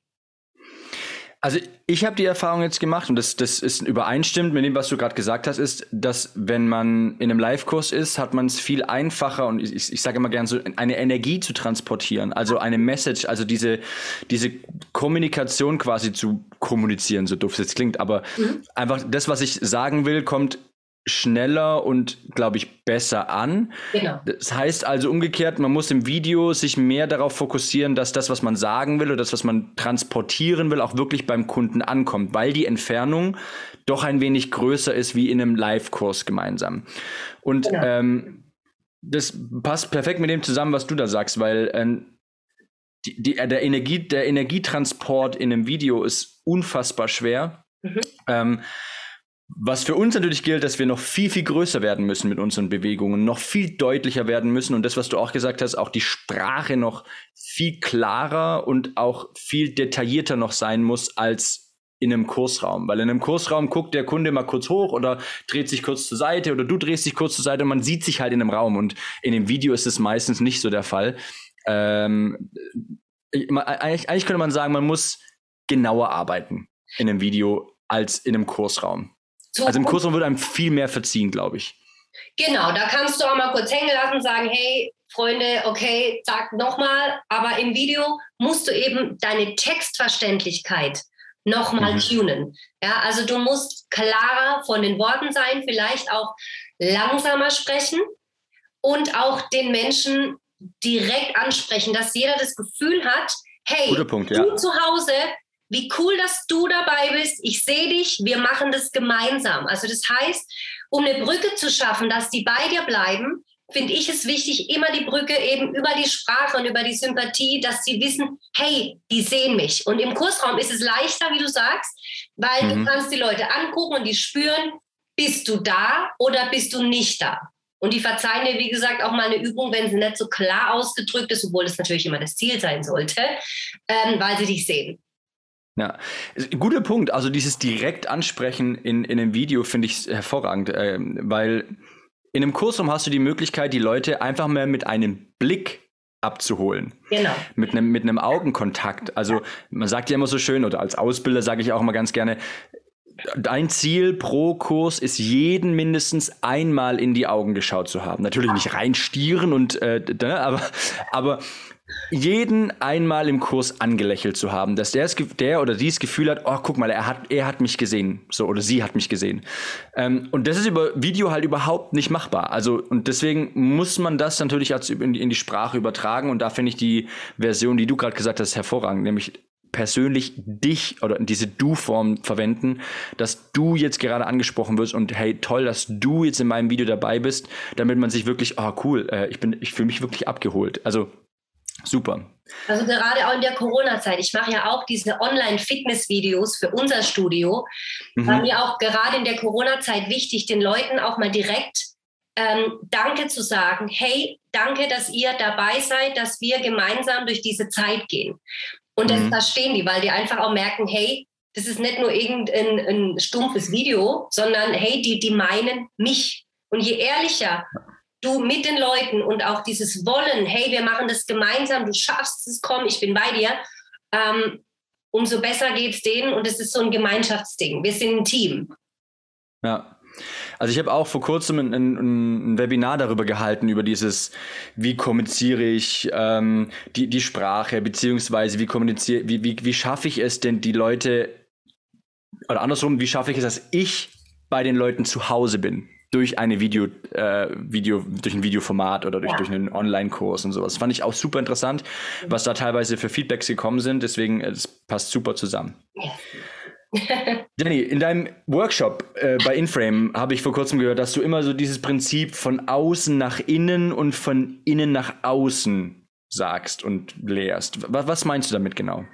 Also ich habe die Erfahrung jetzt gemacht und das, das ist übereinstimmt mit dem, was du gerade gesagt hast, ist, dass wenn man in einem Live-Kurs ist, hat man es viel einfacher und ich, ich sage immer gern so, eine Energie zu transportieren, also eine Message, also diese, diese Kommunikation quasi zu kommunizieren, so doof es jetzt klingt, aber mhm. einfach das, was ich sagen will, kommt schneller und, glaube ich, besser an. Genau. Das heißt also umgekehrt, man muss im Video sich mehr darauf fokussieren, dass das, was man sagen will oder das, was man transportieren will, auch wirklich beim Kunden ankommt, weil die Entfernung doch ein wenig größer ist wie in einem Live-Kurs gemeinsam. Und genau. ähm, das passt perfekt mit dem zusammen, was du da sagst, weil ähm, die, die, der, Energie, der Energietransport in einem Video ist unfassbar schwer. Mhm. Ähm, Was für uns natürlich gilt, dass wir noch viel, viel größer werden müssen mit unseren Bewegungen, noch viel deutlicher werden müssen und das, was du auch gesagt hast, auch die Sprache noch viel klarer und auch viel detaillierter noch sein muss als in einem Kursraum. Weil in einem Kursraum guckt der Kunde mal kurz hoch oder dreht sich kurz zur Seite oder du drehst dich kurz zur Seite und man sieht sich halt in einem Raum und in dem Video ist es meistens nicht so der Fall. Ähm, eigentlich, eigentlich könnte man sagen, man muss genauer arbeiten in einem Video als in einem Kursraum. So, also im Kursraum wird einem viel mehr verziehen, glaube ich. Genau, da kannst du auch mal kurz hängen lassen und sagen, hey, Freunde, okay, sag nochmal. Aber im Video musst du eben deine Textverständlichkeit nochmal mhm. tunen. Ja, also du musst klarer von den Worten sein, vielleicht auch langsamer sprechen und auch den Menschen direkt ansprechen, dass jeder das Gefühl hat, hey, Guter Punkt, du ja. zu Hause, wie cool, dass du dabei bist. Ich sehe dich, wir machen das gemeinsam. Also das heißt, um eine Brücke zu schaffen, dass die bei dir bleiben, finde ich es wichtig, immer die Brücke eben über die Sprache und über die Sympathie, dass sie wissen, hey, die sehen mich. Und im Kursraum ist es leichter, wie du sagst, weil mhm. du kannst die Leute angucken und die spüren, bist du da oder bist du nicht da? Und die verzeihen dir, wie gesagt, auch mal eine Übung, wenn sie nicht so klar ausgedrückt ist, obwohl das natürlich immer das Ziel sein sollte, ähm, weil sie dich sehen. Ja, guter Punkt. Also dieses direkt ansprechen in, in einem Video finde ich hervorragend, äh, weil in einem Kursraum hast du die Möglichkeit, die Leute einfach mal mit einem Blick abzuholen. Genau. Mit einem, mit einem Augenkontakt. Also man sagt ja immer so schön, oder als Ausbilder sage ich auch immer ganz gerne, dein Ziel pro Kurs ist, jeden mindestens einmal in die Augen geschaut zu haben. Natürlich nicht reinstieren und äh, aber, aber jeden einmal im Kurs angelächelt zu haben, dass der, der oder die das Gefühl hat, oh, guck mal, er hat, er hat mich gesehen, so, oder sie hat mich gesehen. Ähm, und das ist über Video halt überhaupt nicht machbar. Also, und deswegen muss man das natürlich als in, in die Sprache übertragen. Und da finde ich die Version, die du gerade gesagt hast, hervorragend, nämlich persönlich dich oder diese Du-Form verwenden, dass du jetzt gerade angesprochen wirst und hey, toll, dass du jetzt in meinem Video dabei bist, damit man sich wirklich, oh cool, äh, ich bin, ich fühle mich wirklich abgeholt. Also super. Also gerade auch in der Corona-Zeit. Ich mache ja auch diese Online-Fitness-Videos für unser Studio. Mhm. War mir auch gerade in der Corona-Zeit wichtig, den Leuten auch mal direkt ähm, Danke zu sagen. Hey, danke, dass ihr dabei seid, dass wir gemeinsam durch diese Zeit gehen. Und das, mhm. da stehen die, weil die einfach auch merken, hey, das ist nicht nur irgendein ein stumpfes Video, sondern hey, die, die meinen mich. Und je ehrlicher du mit den Leuten und auch dieses Wollen, hey, wir machen das gemeinsam, du schaffst es, komm, ich bin bei dir, ähm, umso besser geht es denen und es ist so ein Gemeinschaftsding. Wir sind ein Team. Ja. Also ich habe auch vor kurzem ein, ein, ein Webinar darüber gehalten, über dieses, wie kommuniziere ich ähm, die, die Sprache, beziehungsweise wie kommuniziere, wie, wie, wie schaffe ich es denn, die Leute, oder andersrum, wie schaffe ich es, dass ich bei den Leuten zu Hause bin? Durch eine Video, äh, Video, durch ein Videoformat oder durch, ja. durch einen Online-Kurs und sowas. Das fand ich auch super interessant, was da teilweise für Feedbacks gekommen sind. Deswegen, es passt super zusammen. Ja. Jenny, in deinem Workshop äh, bei Inframe habe ich vor kurzem gehört, dass du immer so dieses Prinzip von außen nach innen und von innen nach außen sagst und lehrst. Was, was meinst du damit genau?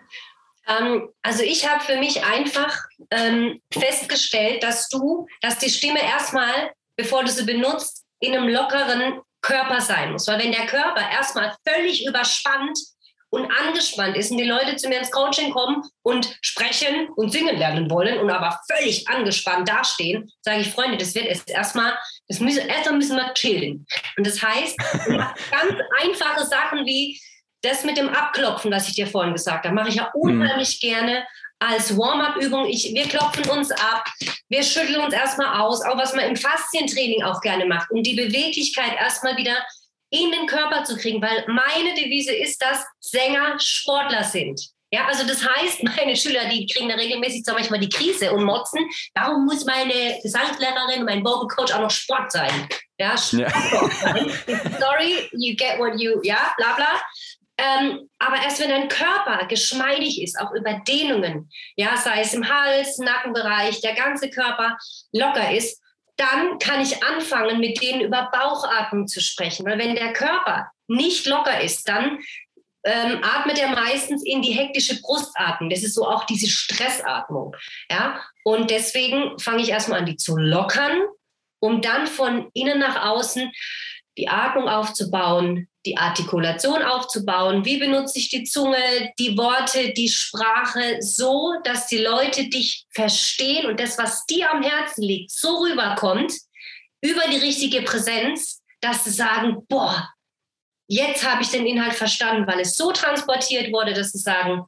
Ähm, also ich habe für mich einfach ähm, festgestellt, dass du, dass die Stimme erstmal, bevor du sie benutzt, in einem lockeren Körper sein muss. Weil wenn der Körper erstmal völlig überspannt und angespannt ist und die Leute zu mir ins Coaching kommen und sprechen und singen lernen wollen und aber völlig angespannt dastehen, sage ich, Freunde, das wird erst erstmal, das müssen, erstmal müssen wir chillen. Und das heißt, ganz einfache Sachen wie das mit dem Abklopfen, was ich dir vorhin gesagt habe, mache ich ja unheimlich mhm. gerne als Warm-up-Übung. Ich, wir klopfen uns ab, wir schütteln uns erstmal aus, auch was man im Faszientraining auch gerne macht, um die Beweglichkeit erstmal wieder in den Körper zu kriegen, weil meine Devise ist, dass Sänger Sportler sind. Ja, also das heißt, meine Schüler, die kriegen da regelmäßig so manchmal die Krise und motzen, warum muss meine Gesangslehrerin, mein Vocal Coach auch noch Sport sein? Ja, Sport ja. sein. Sorry, you get what you, ja, bla bla. Ähm, aber erst wenn dein Körper geschmeidig ist, auch über Dehnungen, ja, sei es im Hals, Nackenbereich, der ganze Körper locker ist, dann kann ich anfangen, mit denen über Bauchatmung zu sprechen. Weil wenn der Körper nicht locker ist, dann ähm, atmet er meistens in die hektische Brustatmung. Das ist so auch diese Stressatmung. Ja? Und deswegen fange ich erstmal an, die zu lockern, um dann von innen nach außen die Atmung aufzubauen, die Artikulation aufzubauen. Wie benutze ich die Zunge, die Worte, die Sprache so, dass die Leute dich verstehen und das, was dir am Herzen liegt, so rüberkommt, über die richtige Präsenz, dass sie sagen, boah, jetzt habe ich den Inhalt verstanden, weil es so transportiert wurde, dass sie sagen,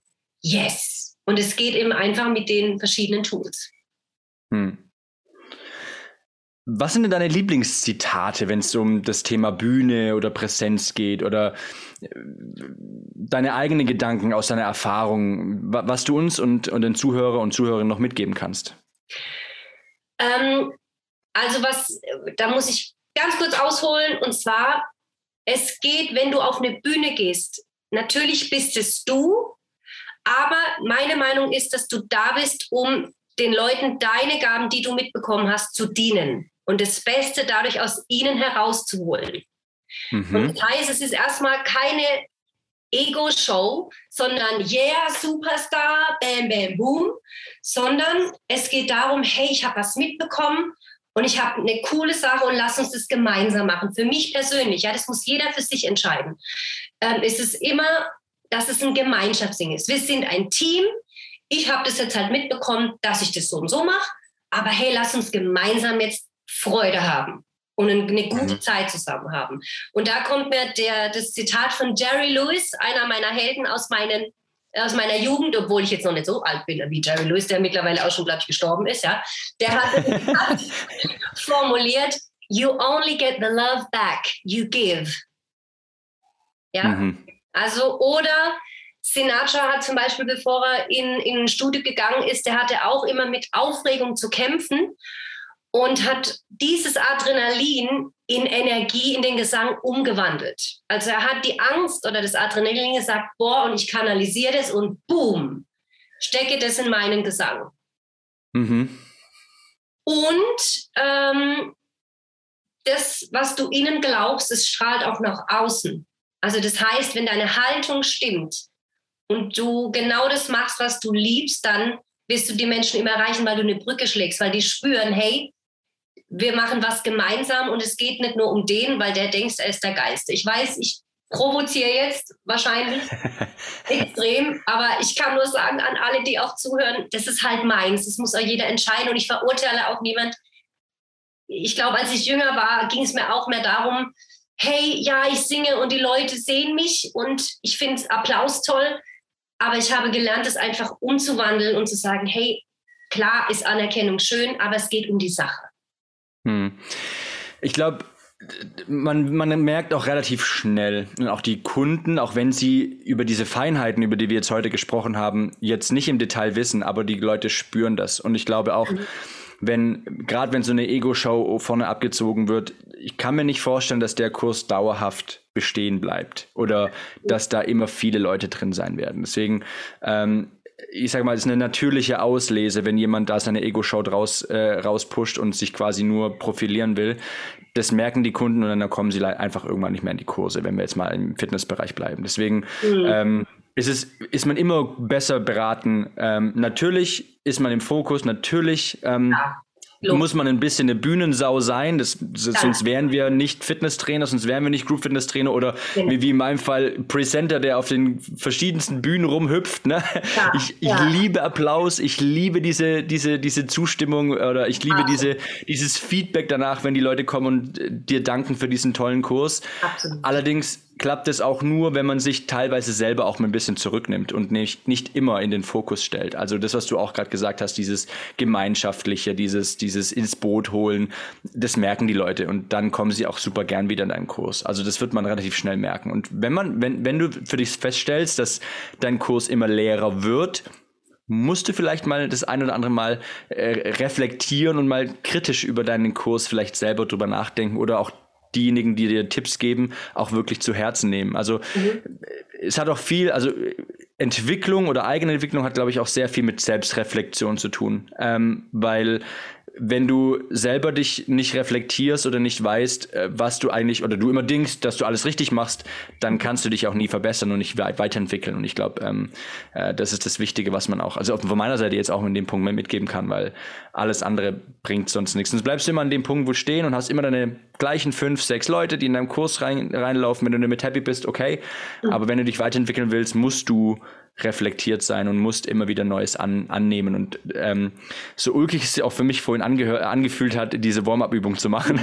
yes. Und es geht eben einfach mit den verschiedenen Tools. Hm. Was sind denn deine Lieblingszitate, wenn es um das Thema Bühne oder Präsenz geht oder deine eigenen Gedanken aus deiner Erfahrung, was du uns und, und den Zuhörer und Zuhörerinnen noch mitgeben kannst? Ähm, also was, da muss ich ganz kurz ausholen und zwar, es geht, wenn du auf eine Bühne gehst, natürlich bist es du, aber meine Meinung ist, dass du da bist, um den Leuten deine Gaben, die du mitbekommen hast, zu dienen und das Beste dadurch aus ihnen herauszuholen. Mhm. Und das heißt, es ist erstmal keine Ego-Show, sondern yeah, Superstar, bam, bam, boom, sondern es geht darum, hey, ich habe was mitbekommen und ich habe eine coole Sache und lass uns das gemeinsam machen. Für mich persönlich, ja, das muss jeder für sich entscheiden. Ähm, es ist immer, dass es ein Gemeinschaftsding ist. Wir sind ein Team. Ich habe das jetzt halt mitbekommen, dass ich das so und so mache. Aber hey, lass uns gemeinsam jetzt Freude haben. und eine gute Mhm. Zeit zusammen haben. Und da kommt mir der, das Zitat von Jerry Lewis, einer meiner Helden aus, meinen, aus meiner Jugend, obwohl ich jetzt noch nicht so alt bin wie Jerry Lewis, der mittlerweile auch schon, glaube ich, gestorben ist. Ja. Der hat formuliert, you only get the love back you give. Ja, Mhm. also oder Sinatra hat zum Beispiel, bevor er in, in ein Studio gegangen ist, der hatte auch immer mit Aufregung zu kämpfen und hat dieses Adrenalin in Energie in den Gesang umgewandelt. Also er hat die Angst oder das Adrenalin gesagt, boah, und ich kanalisiere das und boom, stecke das in meinen Gesang. Mhm. Und ähm, das, was du innen glaubst, das strahlt auch nach außen. Also das heißt, wenn deine Haltung stimmt und du genau das machst, was du liebst, dann wirst du die Menschen immer erreichen, weil du eine Brücke schlägst, weil die spüren, hey, wir machen was gemeinsam und es geht nicht nur um den, weil der denkt, er ist der Geist. Ich weiß, ich provoziere jetzt wahrscheinlich extrem, aber ich kann nur sagen an alle, die auch zuhören, das ist halt meins, das muss auch jeder entscheiden und ich verurteile auch niemand. Ich glaube, als ich jünger war, ging es mir auch mehr darum, hey, ja, ich singe und die Leute sehen mich und ich finde Applaus toll, aber ich habe gelernt, es einfach umzuwandeln und zu sagen, hey, klar ist Anerkennung schön, aber es geht um die Sache. Hm. Ich glaube, man, man merkt auch relativ schnell, und auch die Kunden, auch wenn sie über diese Feinheiten, über die wir jetzt heute gesprochen haben, jetzt nicht im Detail wissen, aber die Leute spüren das. Und ich glaube auch, mhm. wenn, gerade wenn so eine Ego-Show vorne abgezogen wird, ich kann mir nicht vorstellen, dass der Kurs dauerhaft bestehen bleibt oder dass da immer viele Leute drin sein werden. Deswegen, ähm, ich sag mal, es ist eine natürliche Auslese, wenn jemand da seine Ego-Show draus, äh, rauspusht und sich quasi nur profilieren will. Das merken die Kunden und dann kommen sie einfach irgendwann nicht mehr in die Kurse, wenn wir jetzt mal im Fitnessbereich bleiben. Deswegen mhm. ähm, ist, es, ist man immer besser beraten. Ähm, natürlich ist man im Fokus, natürlich ähm, ja. muss man ein bisschen eine Bühnensau sein, das, das, sonst wären wir nicht Fitnesstrainer, sonst wären wir nicht Group Fitness Trainer oder genau. wie, wie in meinem Fall Presenter, der auf den verschiedensten Bühnen rumhüpft. Ne? Ja, ich, ich ja. liebe Applaus, ich liebe diese, diese, diese Zustimmung oder ich liebe diese, dieses Feedback danach, wenn die Leute kommen und dir danken für diesen tollen Kurs. Absolut. Allerdings klappt es auch nur, wenn man sich teilweise selber auch mal ein bisschen zurücknimmt und nicht, nicht immer in den Fokus stellt. Also das, was du auch gerade gesagt hast, dieses Gemeinschaftliche, dieses, dieses ins Boot holen, das merken die Leute und dann kommen sie auch super gern wieder in deinen Kurs. Also das wird man relativ schnell merken. Und wenn man, wenn, wenn du für dich feststellst, dass dein Kurs immer leerer wird, musst du vielleicht mal das ein oder andere Mal äh, reflektieren und mal kritisch über deinen Kurs vielleicht selber drüber nachdenken oder auch diejenigen, die dir Tipps geben, auch wirklich zu Herzen nehmen. Also mhm. es hat auch viel, also Entwicklung oder eigene Entwicklung hat, glaube ich, auch sehr viel mit Selbstreflexion zu tun, ähm, weil wenn du selber dich nicht reflektierst oder nicht weißt, was du eigentlich, oder du immer denkst, dass du alles richtig machst, dann kannst du dich auch nie verbessern und nicht weiterentwickeln. Und ich glaube, ähm, äh, das ist das Wichtige, was man auch, also von meiner Seite jetzt auch in dem Punkt mitgeben kann, weil alles andere bringt sonst nichts. Sonst bleibst du immer an dem Punkt, wo du stehen und hast immer deine gleichen fünf, sechs Leute, die in deinem Kurs rein, reinlaufen. Wenn du damit happy bist, okay. Mhm. Aber wenn du dich weiterentwickeln willst, musst du reflektiert sein und musst immer wieder Neues an, annehmen. Und ähm, so ulkig es auch für mich vorhin angehör, angefühlt hat, diese Warm-up-Übung zu machen.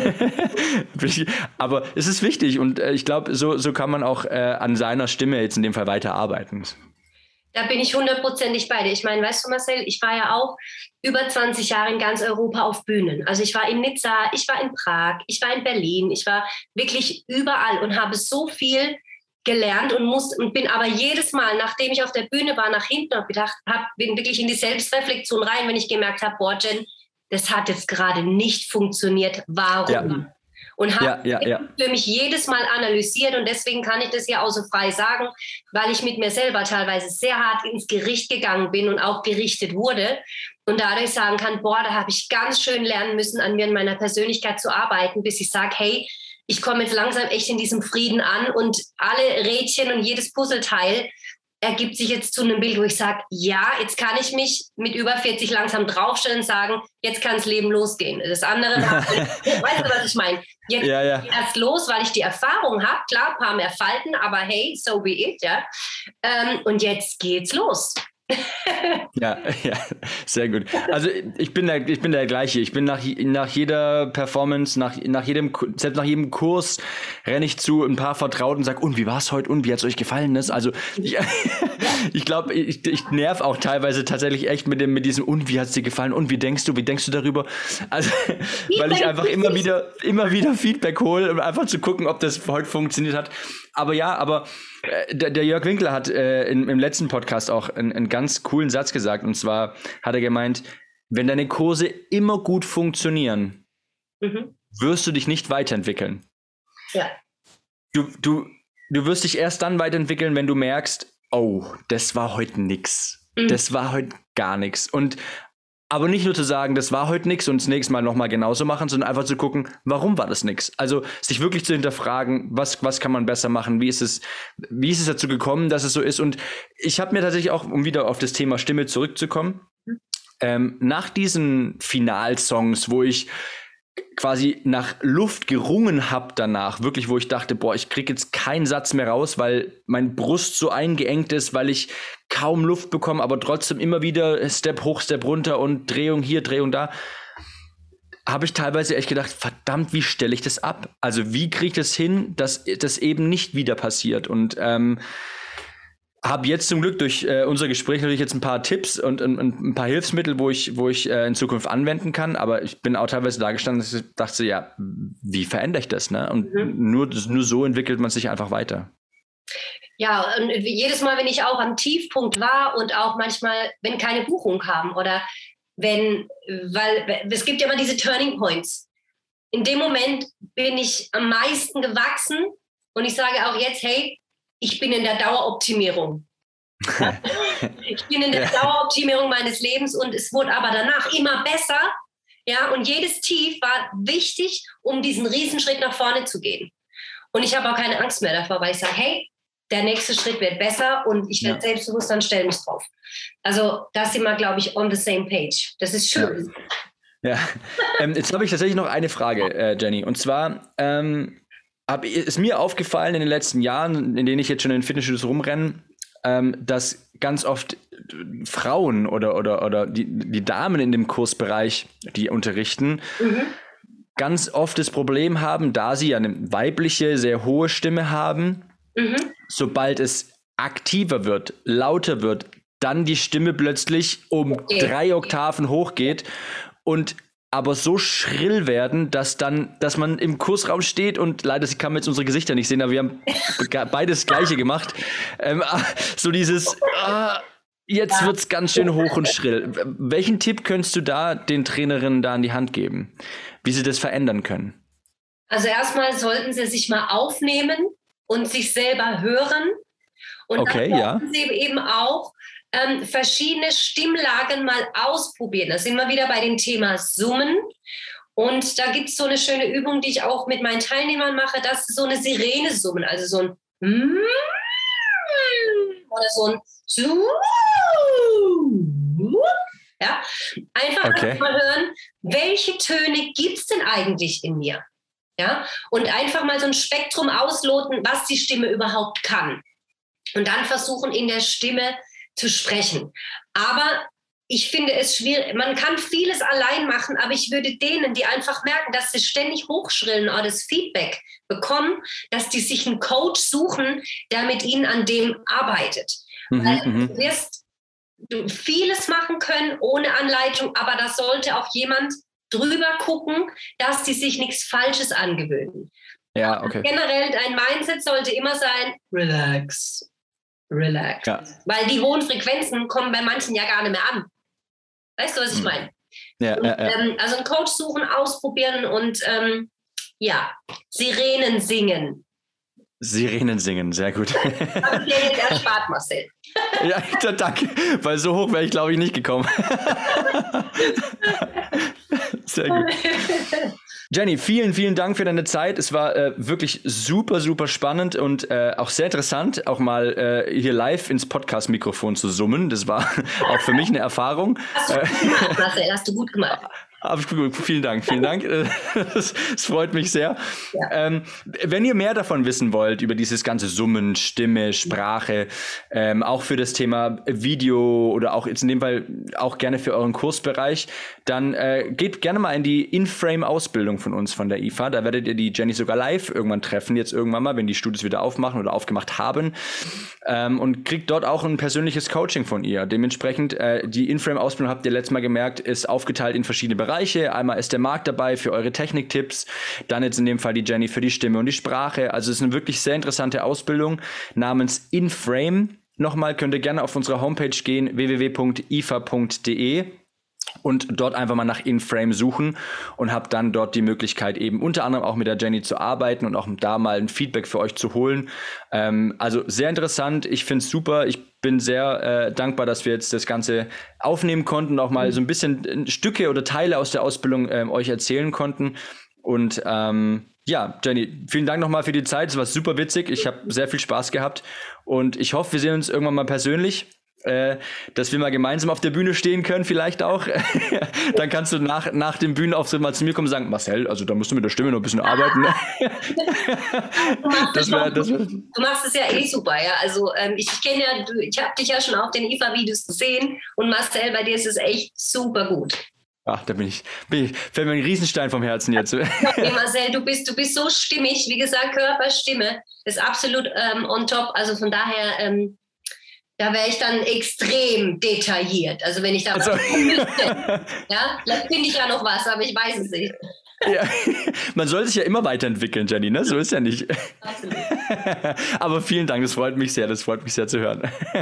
Aber es ist wichtig und äh, ich glaube, so, so kann man auch äh, an seiner Stimme jetzt in dem Fall weiterarbeiten. Da bin ich hundertprozentig bei dir. Ich meine, weißt du, Marcel, ich war ja auch über zwanzig Jahre in ganz Europa auf Bühnen. Also ich war in Nizza, ich war in Prag, ich war in Berlin, ich war wirklich überall und habe so viel gelernt und musste und bin aber jedes Mal, nachdem ich auf der Bühne war, nach hinten und gedacht habe, bin wirklich in die Selbstreflexion rein, wenn ich gemerkt habe, boah, Jen, das hat jetzt gerade nicht funktioniert. Warum? Ja. Und habe ja, ja, ja. für mich jedes Mal analysiert und deswegen kann ich das ja auch so frei sagen, weil ich mit mir selber teilweise sehr hart ins Gericht gegangen bin und auch gerichtet wurde und dadurch sagen kann, boah, da habe ich ganz schön lernen müssen, an mir in meiner Persönlichkeit zu arbeiten, bis ich sage, hey, ich komme jetzt langsam echt in diesem Frieden an und alle Rädchen und jedes Puzzleteil ergibt sich jetzt zu einem Bild, wo ich sage, ja, jetzt kann ich mich mit über vierzig langsam draufstellen und sagen, jetzt kann das Leben losgehen. Das andere war, weißt du, was ich meine? Jetzt ja, ja. geht erst los, weil ich die Erfahrung habe. Klar, ein paar mehr Falten, aber hey, so be it, ja. Ähm, und jetzt geht's los. Ja, ja, sehr gut. Also ich bin der, ich bin der gleiche. Ich bin nach, nach jeder Performance, nach, nach jedem, selbst nach jedem Kurs renne ich zu ein paar Vertrauten und sage, und wie war es heute und wie hat es euch gefallen? Das? Also ich, ich glaube, ich, ich nerv auch teilweise tatsächlich echt mit dem, mit diesem und wie hat es dir gefallen und wie denkst du, wie denkst du darüber? Also weil ich einfach immer wieder, immer wieder Feedback hole, um einfach zu gucken, ob das heute funktioniert hat. Aber ja, aber äh, der, der Jörg Winkler hat äh, in, im letzten Podcast auch einen, einen ganz coolen Satz gesagt. Und zwar hat er gemeint, wenn deine Kurse immer gut funktionieren, mhm. wirst du dich nicht weiterentwickeln. Ja. Du, du, du wirst dich erst dann weiterentwickeln, wenn du merkst, oh, das war heute nix. Mhm. Das war heute gar nichts. Und aber nicht nur zu sagen, das war heute nix und das nächste Mal nochmal genauso machen, sondern einfach zu gucken, warum war das nix? Also sich wirklich zu hinterfragen, was, was kann man besser machen? Wie ist es, wie ist es dazu gekommen, dass es so ist? Und ich habe mir tatsächlich auch, um wieder auf das Thema Stimme zurückzukommen, mhm. ähm, nach diesen Finalsongs, wo ich quasi nach Luft gerungen habe danach, wirklich, wo ich dachte, boah, ich krieg jetzt keinen Satz mehr raus, weil mein Brust so eingeengt ist, weil ich kaum Luft bekomme, aber trotzdem immer wieder Step hoch, Step runter und Drehung hier, Drehung da, habe ich teilweise echt gedacht, verdammt, wie stelle ich das ab? Also wie kriege ich das hin, dass das eben nicht wieder passiert? Und ähm, habe jetzt zum Glück durch äh, unser Gespräch natürlich jetzt ein paar Tipps und, und, und ein paar Hilfsmittel, wo ich, wo ich äh, in Zukunft anwenden kann. Aber ich bin auch teilweise da gestanden, dass ich dachte, ja, wie verändere ich das? Ne? Und mhm. nur, nur so entwickelt man sich einfach weiter. Ja, und jedes Mal, wenn ich auch am Tiefpunkt war und auch manchmal, wenn keine Buchung kam oder wenn, weil es gibt ja immer diese Turning Points. In dem Moment bin ich am meisten gewachsen und ich sage auch jetzt, hey, ich bin in der Daueroptimierung. Ich bin in der ja. Daueroptimierung meines Lebens und es wurde aber danach immer besser. Ja, und jedes Tief war wichtig, um diesen Riesenschritt nach vorne zu gehen. Und ich habe auch keine Angst mehr davor, weil ich sage, hey, der nächste Schritt wird besser und ich werde ja. selbstbewusst dann stellen mich drauf. Also da sind wir, glaube ich, on the same page. Das ist schön. Ja, ja. ähm, jetzt habe ich tatsächlich noch eine Frage, äh, Jenny. Und zwar ähm, hab, ist mir aufgefallen in den letzten Jahren, in denen ich jetzt schon in den Fitnessstudios rumrenne, ähm, dass ganz oft Frauen oder, oder, oder die, die Damen in dem Kursbereich, die unterrichten, mhm. ganz oft das Problem haben, da sie eine weibliche, sehr hohe Stimme haben, mhm. sobald es aktiver wird, lauter wird, dann die Stimme plötzlich um okay. drei Oktaven hochgeht und aber so schrill werden, dass dann, dass man im Kursraum steht und leider, sie kann man jetzt unsere Gesichter nicht sehen, aber wir haben beides Gleiche gemacht. Ähm, so dieses, ah, jetzt ja. wird's ganz schön hoch und schrill. Welchen Tipp könntest du da den Trainerinnen da in die Hand geben, wie sie das verändern können? Also erstmal sollten sie sich mal aufnehmen und sich selber hören. Und okay, dann ja. sollten sie eben auch ähm, verschiedene Stimmlagen mal ausprobieren. Da sind wir wieder bei dem Thema Summen. Und da gibt es so eine schöne Übung, die ich auch mit meinen Teilnehmern mache. Das ist so eine Sirene-Summen, also so ein mm, oder so ein ja, einfach okay. mal hören, welche Töne gibt es denn eigentlich in mir? Ja, und einfach mal so ein Spektrum ausloten, was die Stimme überhaupt kann. Und dann versuchen, in der Stimme zu sprechen. Aber ich finde es schwierig, man kann vieles allein machen, aber ich würde denen, die einfach merken, dass sie ständig hochschrillen oder das Feedback bekommen, dass die sich einen Coach suchen, der mit ihnen an dem arbeitet. Mhm, Weil du wirst vieles machen können ohne Anleitung, aber da sollte auch jemand drüber gucken, dass die sich nichts Falsches angewöhnen. Ja, okay. Generell, dein Mindset sollte immer sein, relax, relax. Ja. Weil die hohen Frequenzen kommen bei manchen ja gar nicht mehr an. Weißt du, was ich meine? Ja, und, ja, ja. Ähm, also einen Coach suchen, ausprobieren und ähm, ja, Sirenen singen. Sirenen singen, sehr gut. Habe ich dir jetzt erspart, Marcel. Ja, danke, weil so hoch wäre ich, glaube ich, nicht gekommen. Sehr gut. Jenny, vielen, vielen Dank für deine Zeit. Es war äh, wirklich super, super spannend und äh, auch sehr interessant, auch mal äh, hier live ins Podcast-Mikrofon zu summen. Das war auch für mich eine Erfahrung. Hast du gut gemacht, Marcel, hast du gut gemacht. Absolut, vielen Dank, vielen Dank. Das, das freut mich sehr. Ja. Ähm, wenn ihr mehr davon wissen wollt, über dieses ganze Summen, Stimme, Sprache, ähm, auch für das Thema Video oder auch jetzt in dem Fall auch gerne für euren Kursbereich, dann äh, geht gerne mal in die In-Frame-Ausbildung von uns, von der I F A. Da werdet ihr die Jenny sogar live irgendwann treffen, jetzt irgendwann mal, wenn die Studios wieder aufmachen oder aufgemacht haben. Ähm, und kriegt dort auch ein persönliches Coaching von ihr. Dementsprechend, äh, die In-Frame-Ausbildung, habt ihr letztes Mal gemerkt, ist aufgeteilt in verschiedene Bereiche. Bereiche. Einmal ist der Marc dabei für eure Techniktipps, dann jetzt in dem Fall die Jenny für die Stimme und die Sprache. Also es ist eine wirklich sehr interessante Ausbildung namens In-Frame. Nochmal könnt ihr gerne auf unsere Homepage gehen, w w w punkt i f a punkt d e und dort einfach mal nach In-Frame suchen und habt dann dort die Möglichkeit eben unter anderem auch mit der Jenny zu arbeiten und auch da mal ein Feedback für euch zu holen. Ähm, also sehr interessant, ich finde es super, ich bin sehr äh, dankbar, dass wir jetzt das Ganze aufnehmen konnten und auch mal so ein bisschen Stücke oder Teile aus der Ausbildung äh, euch erzählen konnten. Und ähm, ja, Jenny, vielen Dank nochmal für die Zeit, es war super witzig, ich habe sehr viel Spaß gehabt und ich hoffe, wir sehen uns irgendwann mal persönlich. Äh, dass wir mal gemeinsam auf der Bühne stehen können, vielleicht auch. Dann kannst du nach, nach dem Bühnenauftritt mal zu mir kommen und sagen, Marcel, also da musst du mit der Stimme noch ein bisschen arbeiten. Ne? du, machst das wär, das wär... du machst es ja eh super, ja. Also ähm, ich kenne ja, du, ich habe dich ja schon auf den I F A-Videos gesehen und Marcel, bei dir ist es echt super gut. Ach, da bin ich, bin ich, fällt mir ein Riesenstein vom Herzen jetzt. Okay, Marcel, du bist, du bist so stimmig, wie gesagt, Körper, Stimme ist absolut ähm, on top, also von daher ähm, da wäre ich dann extrem detailliert. Also wenn ich da was also. müsste. Ja, vielleicht finde ich ja noch was, aber ich weiß es nicht. Ja. Man soll sich ja immer weiterentwickeln, Jenny, ne? So ist ja nicht. Absolut. Aber vielen Dank, das freut mich sehr, das freut mich sehr zu hören.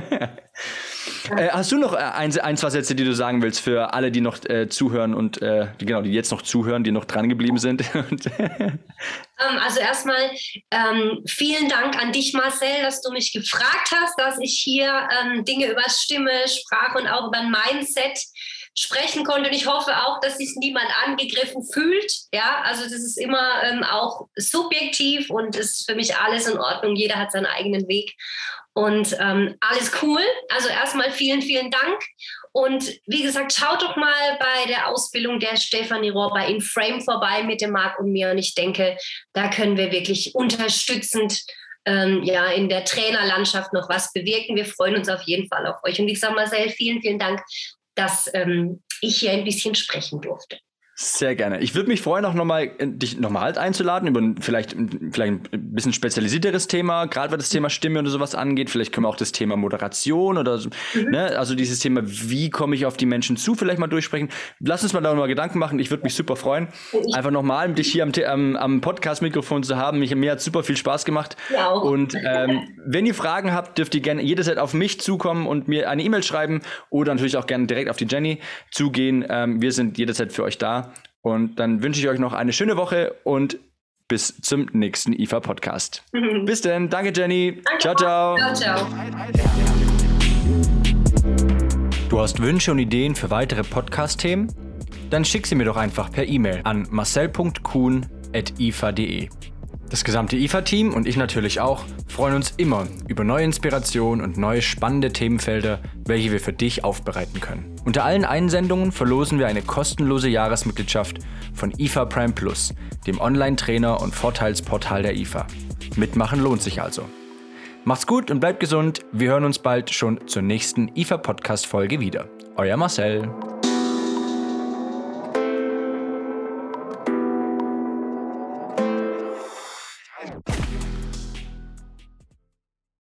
Äh, hast du noch ein, ein, zwei Sätze, die du sagen willst für alle, die noch äh, zuhören und äh, die, genau, die jetzt noch zuhören, die noch dran geblieben sind? ähm, also erstmal ähm, vielen Dank an dich, Marcel, dass du mich gefragt hast, dass ich hier ähm, Dinge über Stimme, Sprache und auch über ein Mindset sprechen konnte. Und ich hoffe auch, dass sich niemand angegriffen fühlt. Ja, also das ist immer ähm, auch subjektiv und es ist für mich alles in Ordnung. Jeder hat seinen eigenen Weg. Und ähm, alles cool. Also erstmal vielen, vielen Dank. Und wie gesagt, schaut doch mal bei der Ausbildung der Stefanie Rohr bei In-Frame vorbei mit dem Marc und mir. Und ich denke, da können wir wirklich unterstützend ähm, ja, in der Trainerlandschaft noch was bewirken. Wir freuen uns auf jeden Fall auf euch. Und wie gesagt, Marcel, vielen, vielen Dank, dass ähm, ich hier ein bisschen sprechen durfte. Sehr gerne. Ich würde mich freuen, auch nochmal dich nochmal halt einzuladen über ein, vielleicht, vielleicht ein bisschen spezialisierteres Thema, gerade was das Thema Stimme oder sowas angeht. Vielleicht können wir auch das Thema Moderation oder so, mhm. ne? Also dieses Thema, wie komme ich auf die Menschen zu, vielleicht mal durchsprechen. Lass uns mal da nochmal Gedanken machen. Ich würde mich super freuen, einfach nochmal dich hier am, am, am Podcast-Mikrofon zu haben. Mich, mir hat super viel Spaß gemacht. Ja, auch. Und ähm, wenn ihr Fragen habt, dürft ihr gerne jederzeit auf mich zukommen und mir eine E-Mail schreiben oder natürlich auch gerne direkt auf die Jenny zugehen. Ähm, wir sind jederzeit für euch da. Und dann wünsche ich euch noch eine schöne Woche und bis zum nächsten I F A-Podcast. Mhm. Bis denn. Danke, Jenny. Danke. Ciao, ciao. Ciao, ciao. Du hast Wünsche und Ideen für weitere Podcast-Themen? Dann schick sie mir doch einfach per E-Mail an marcel punkt kuhn at i f a punkt d e. Das gesamte I F A-Team und ich natürlich auch freuen uns immer über neue Inspirationen und neue spannende Themenfelder, welche wir für dich aufbereiten können. Unter allen Einsendungen verlosen wir eine kostenlose Jahresmitgliedschaft von I F A Prime Plus, dem Online-Trainer und Vorteilsportal der I F A. Mitmachen lohnt sich also. Macht's gut und bleibt gesund. Wir hören uns bald schon zur nächsten I F A-Podcast-Folge wieder. Euer Marcel.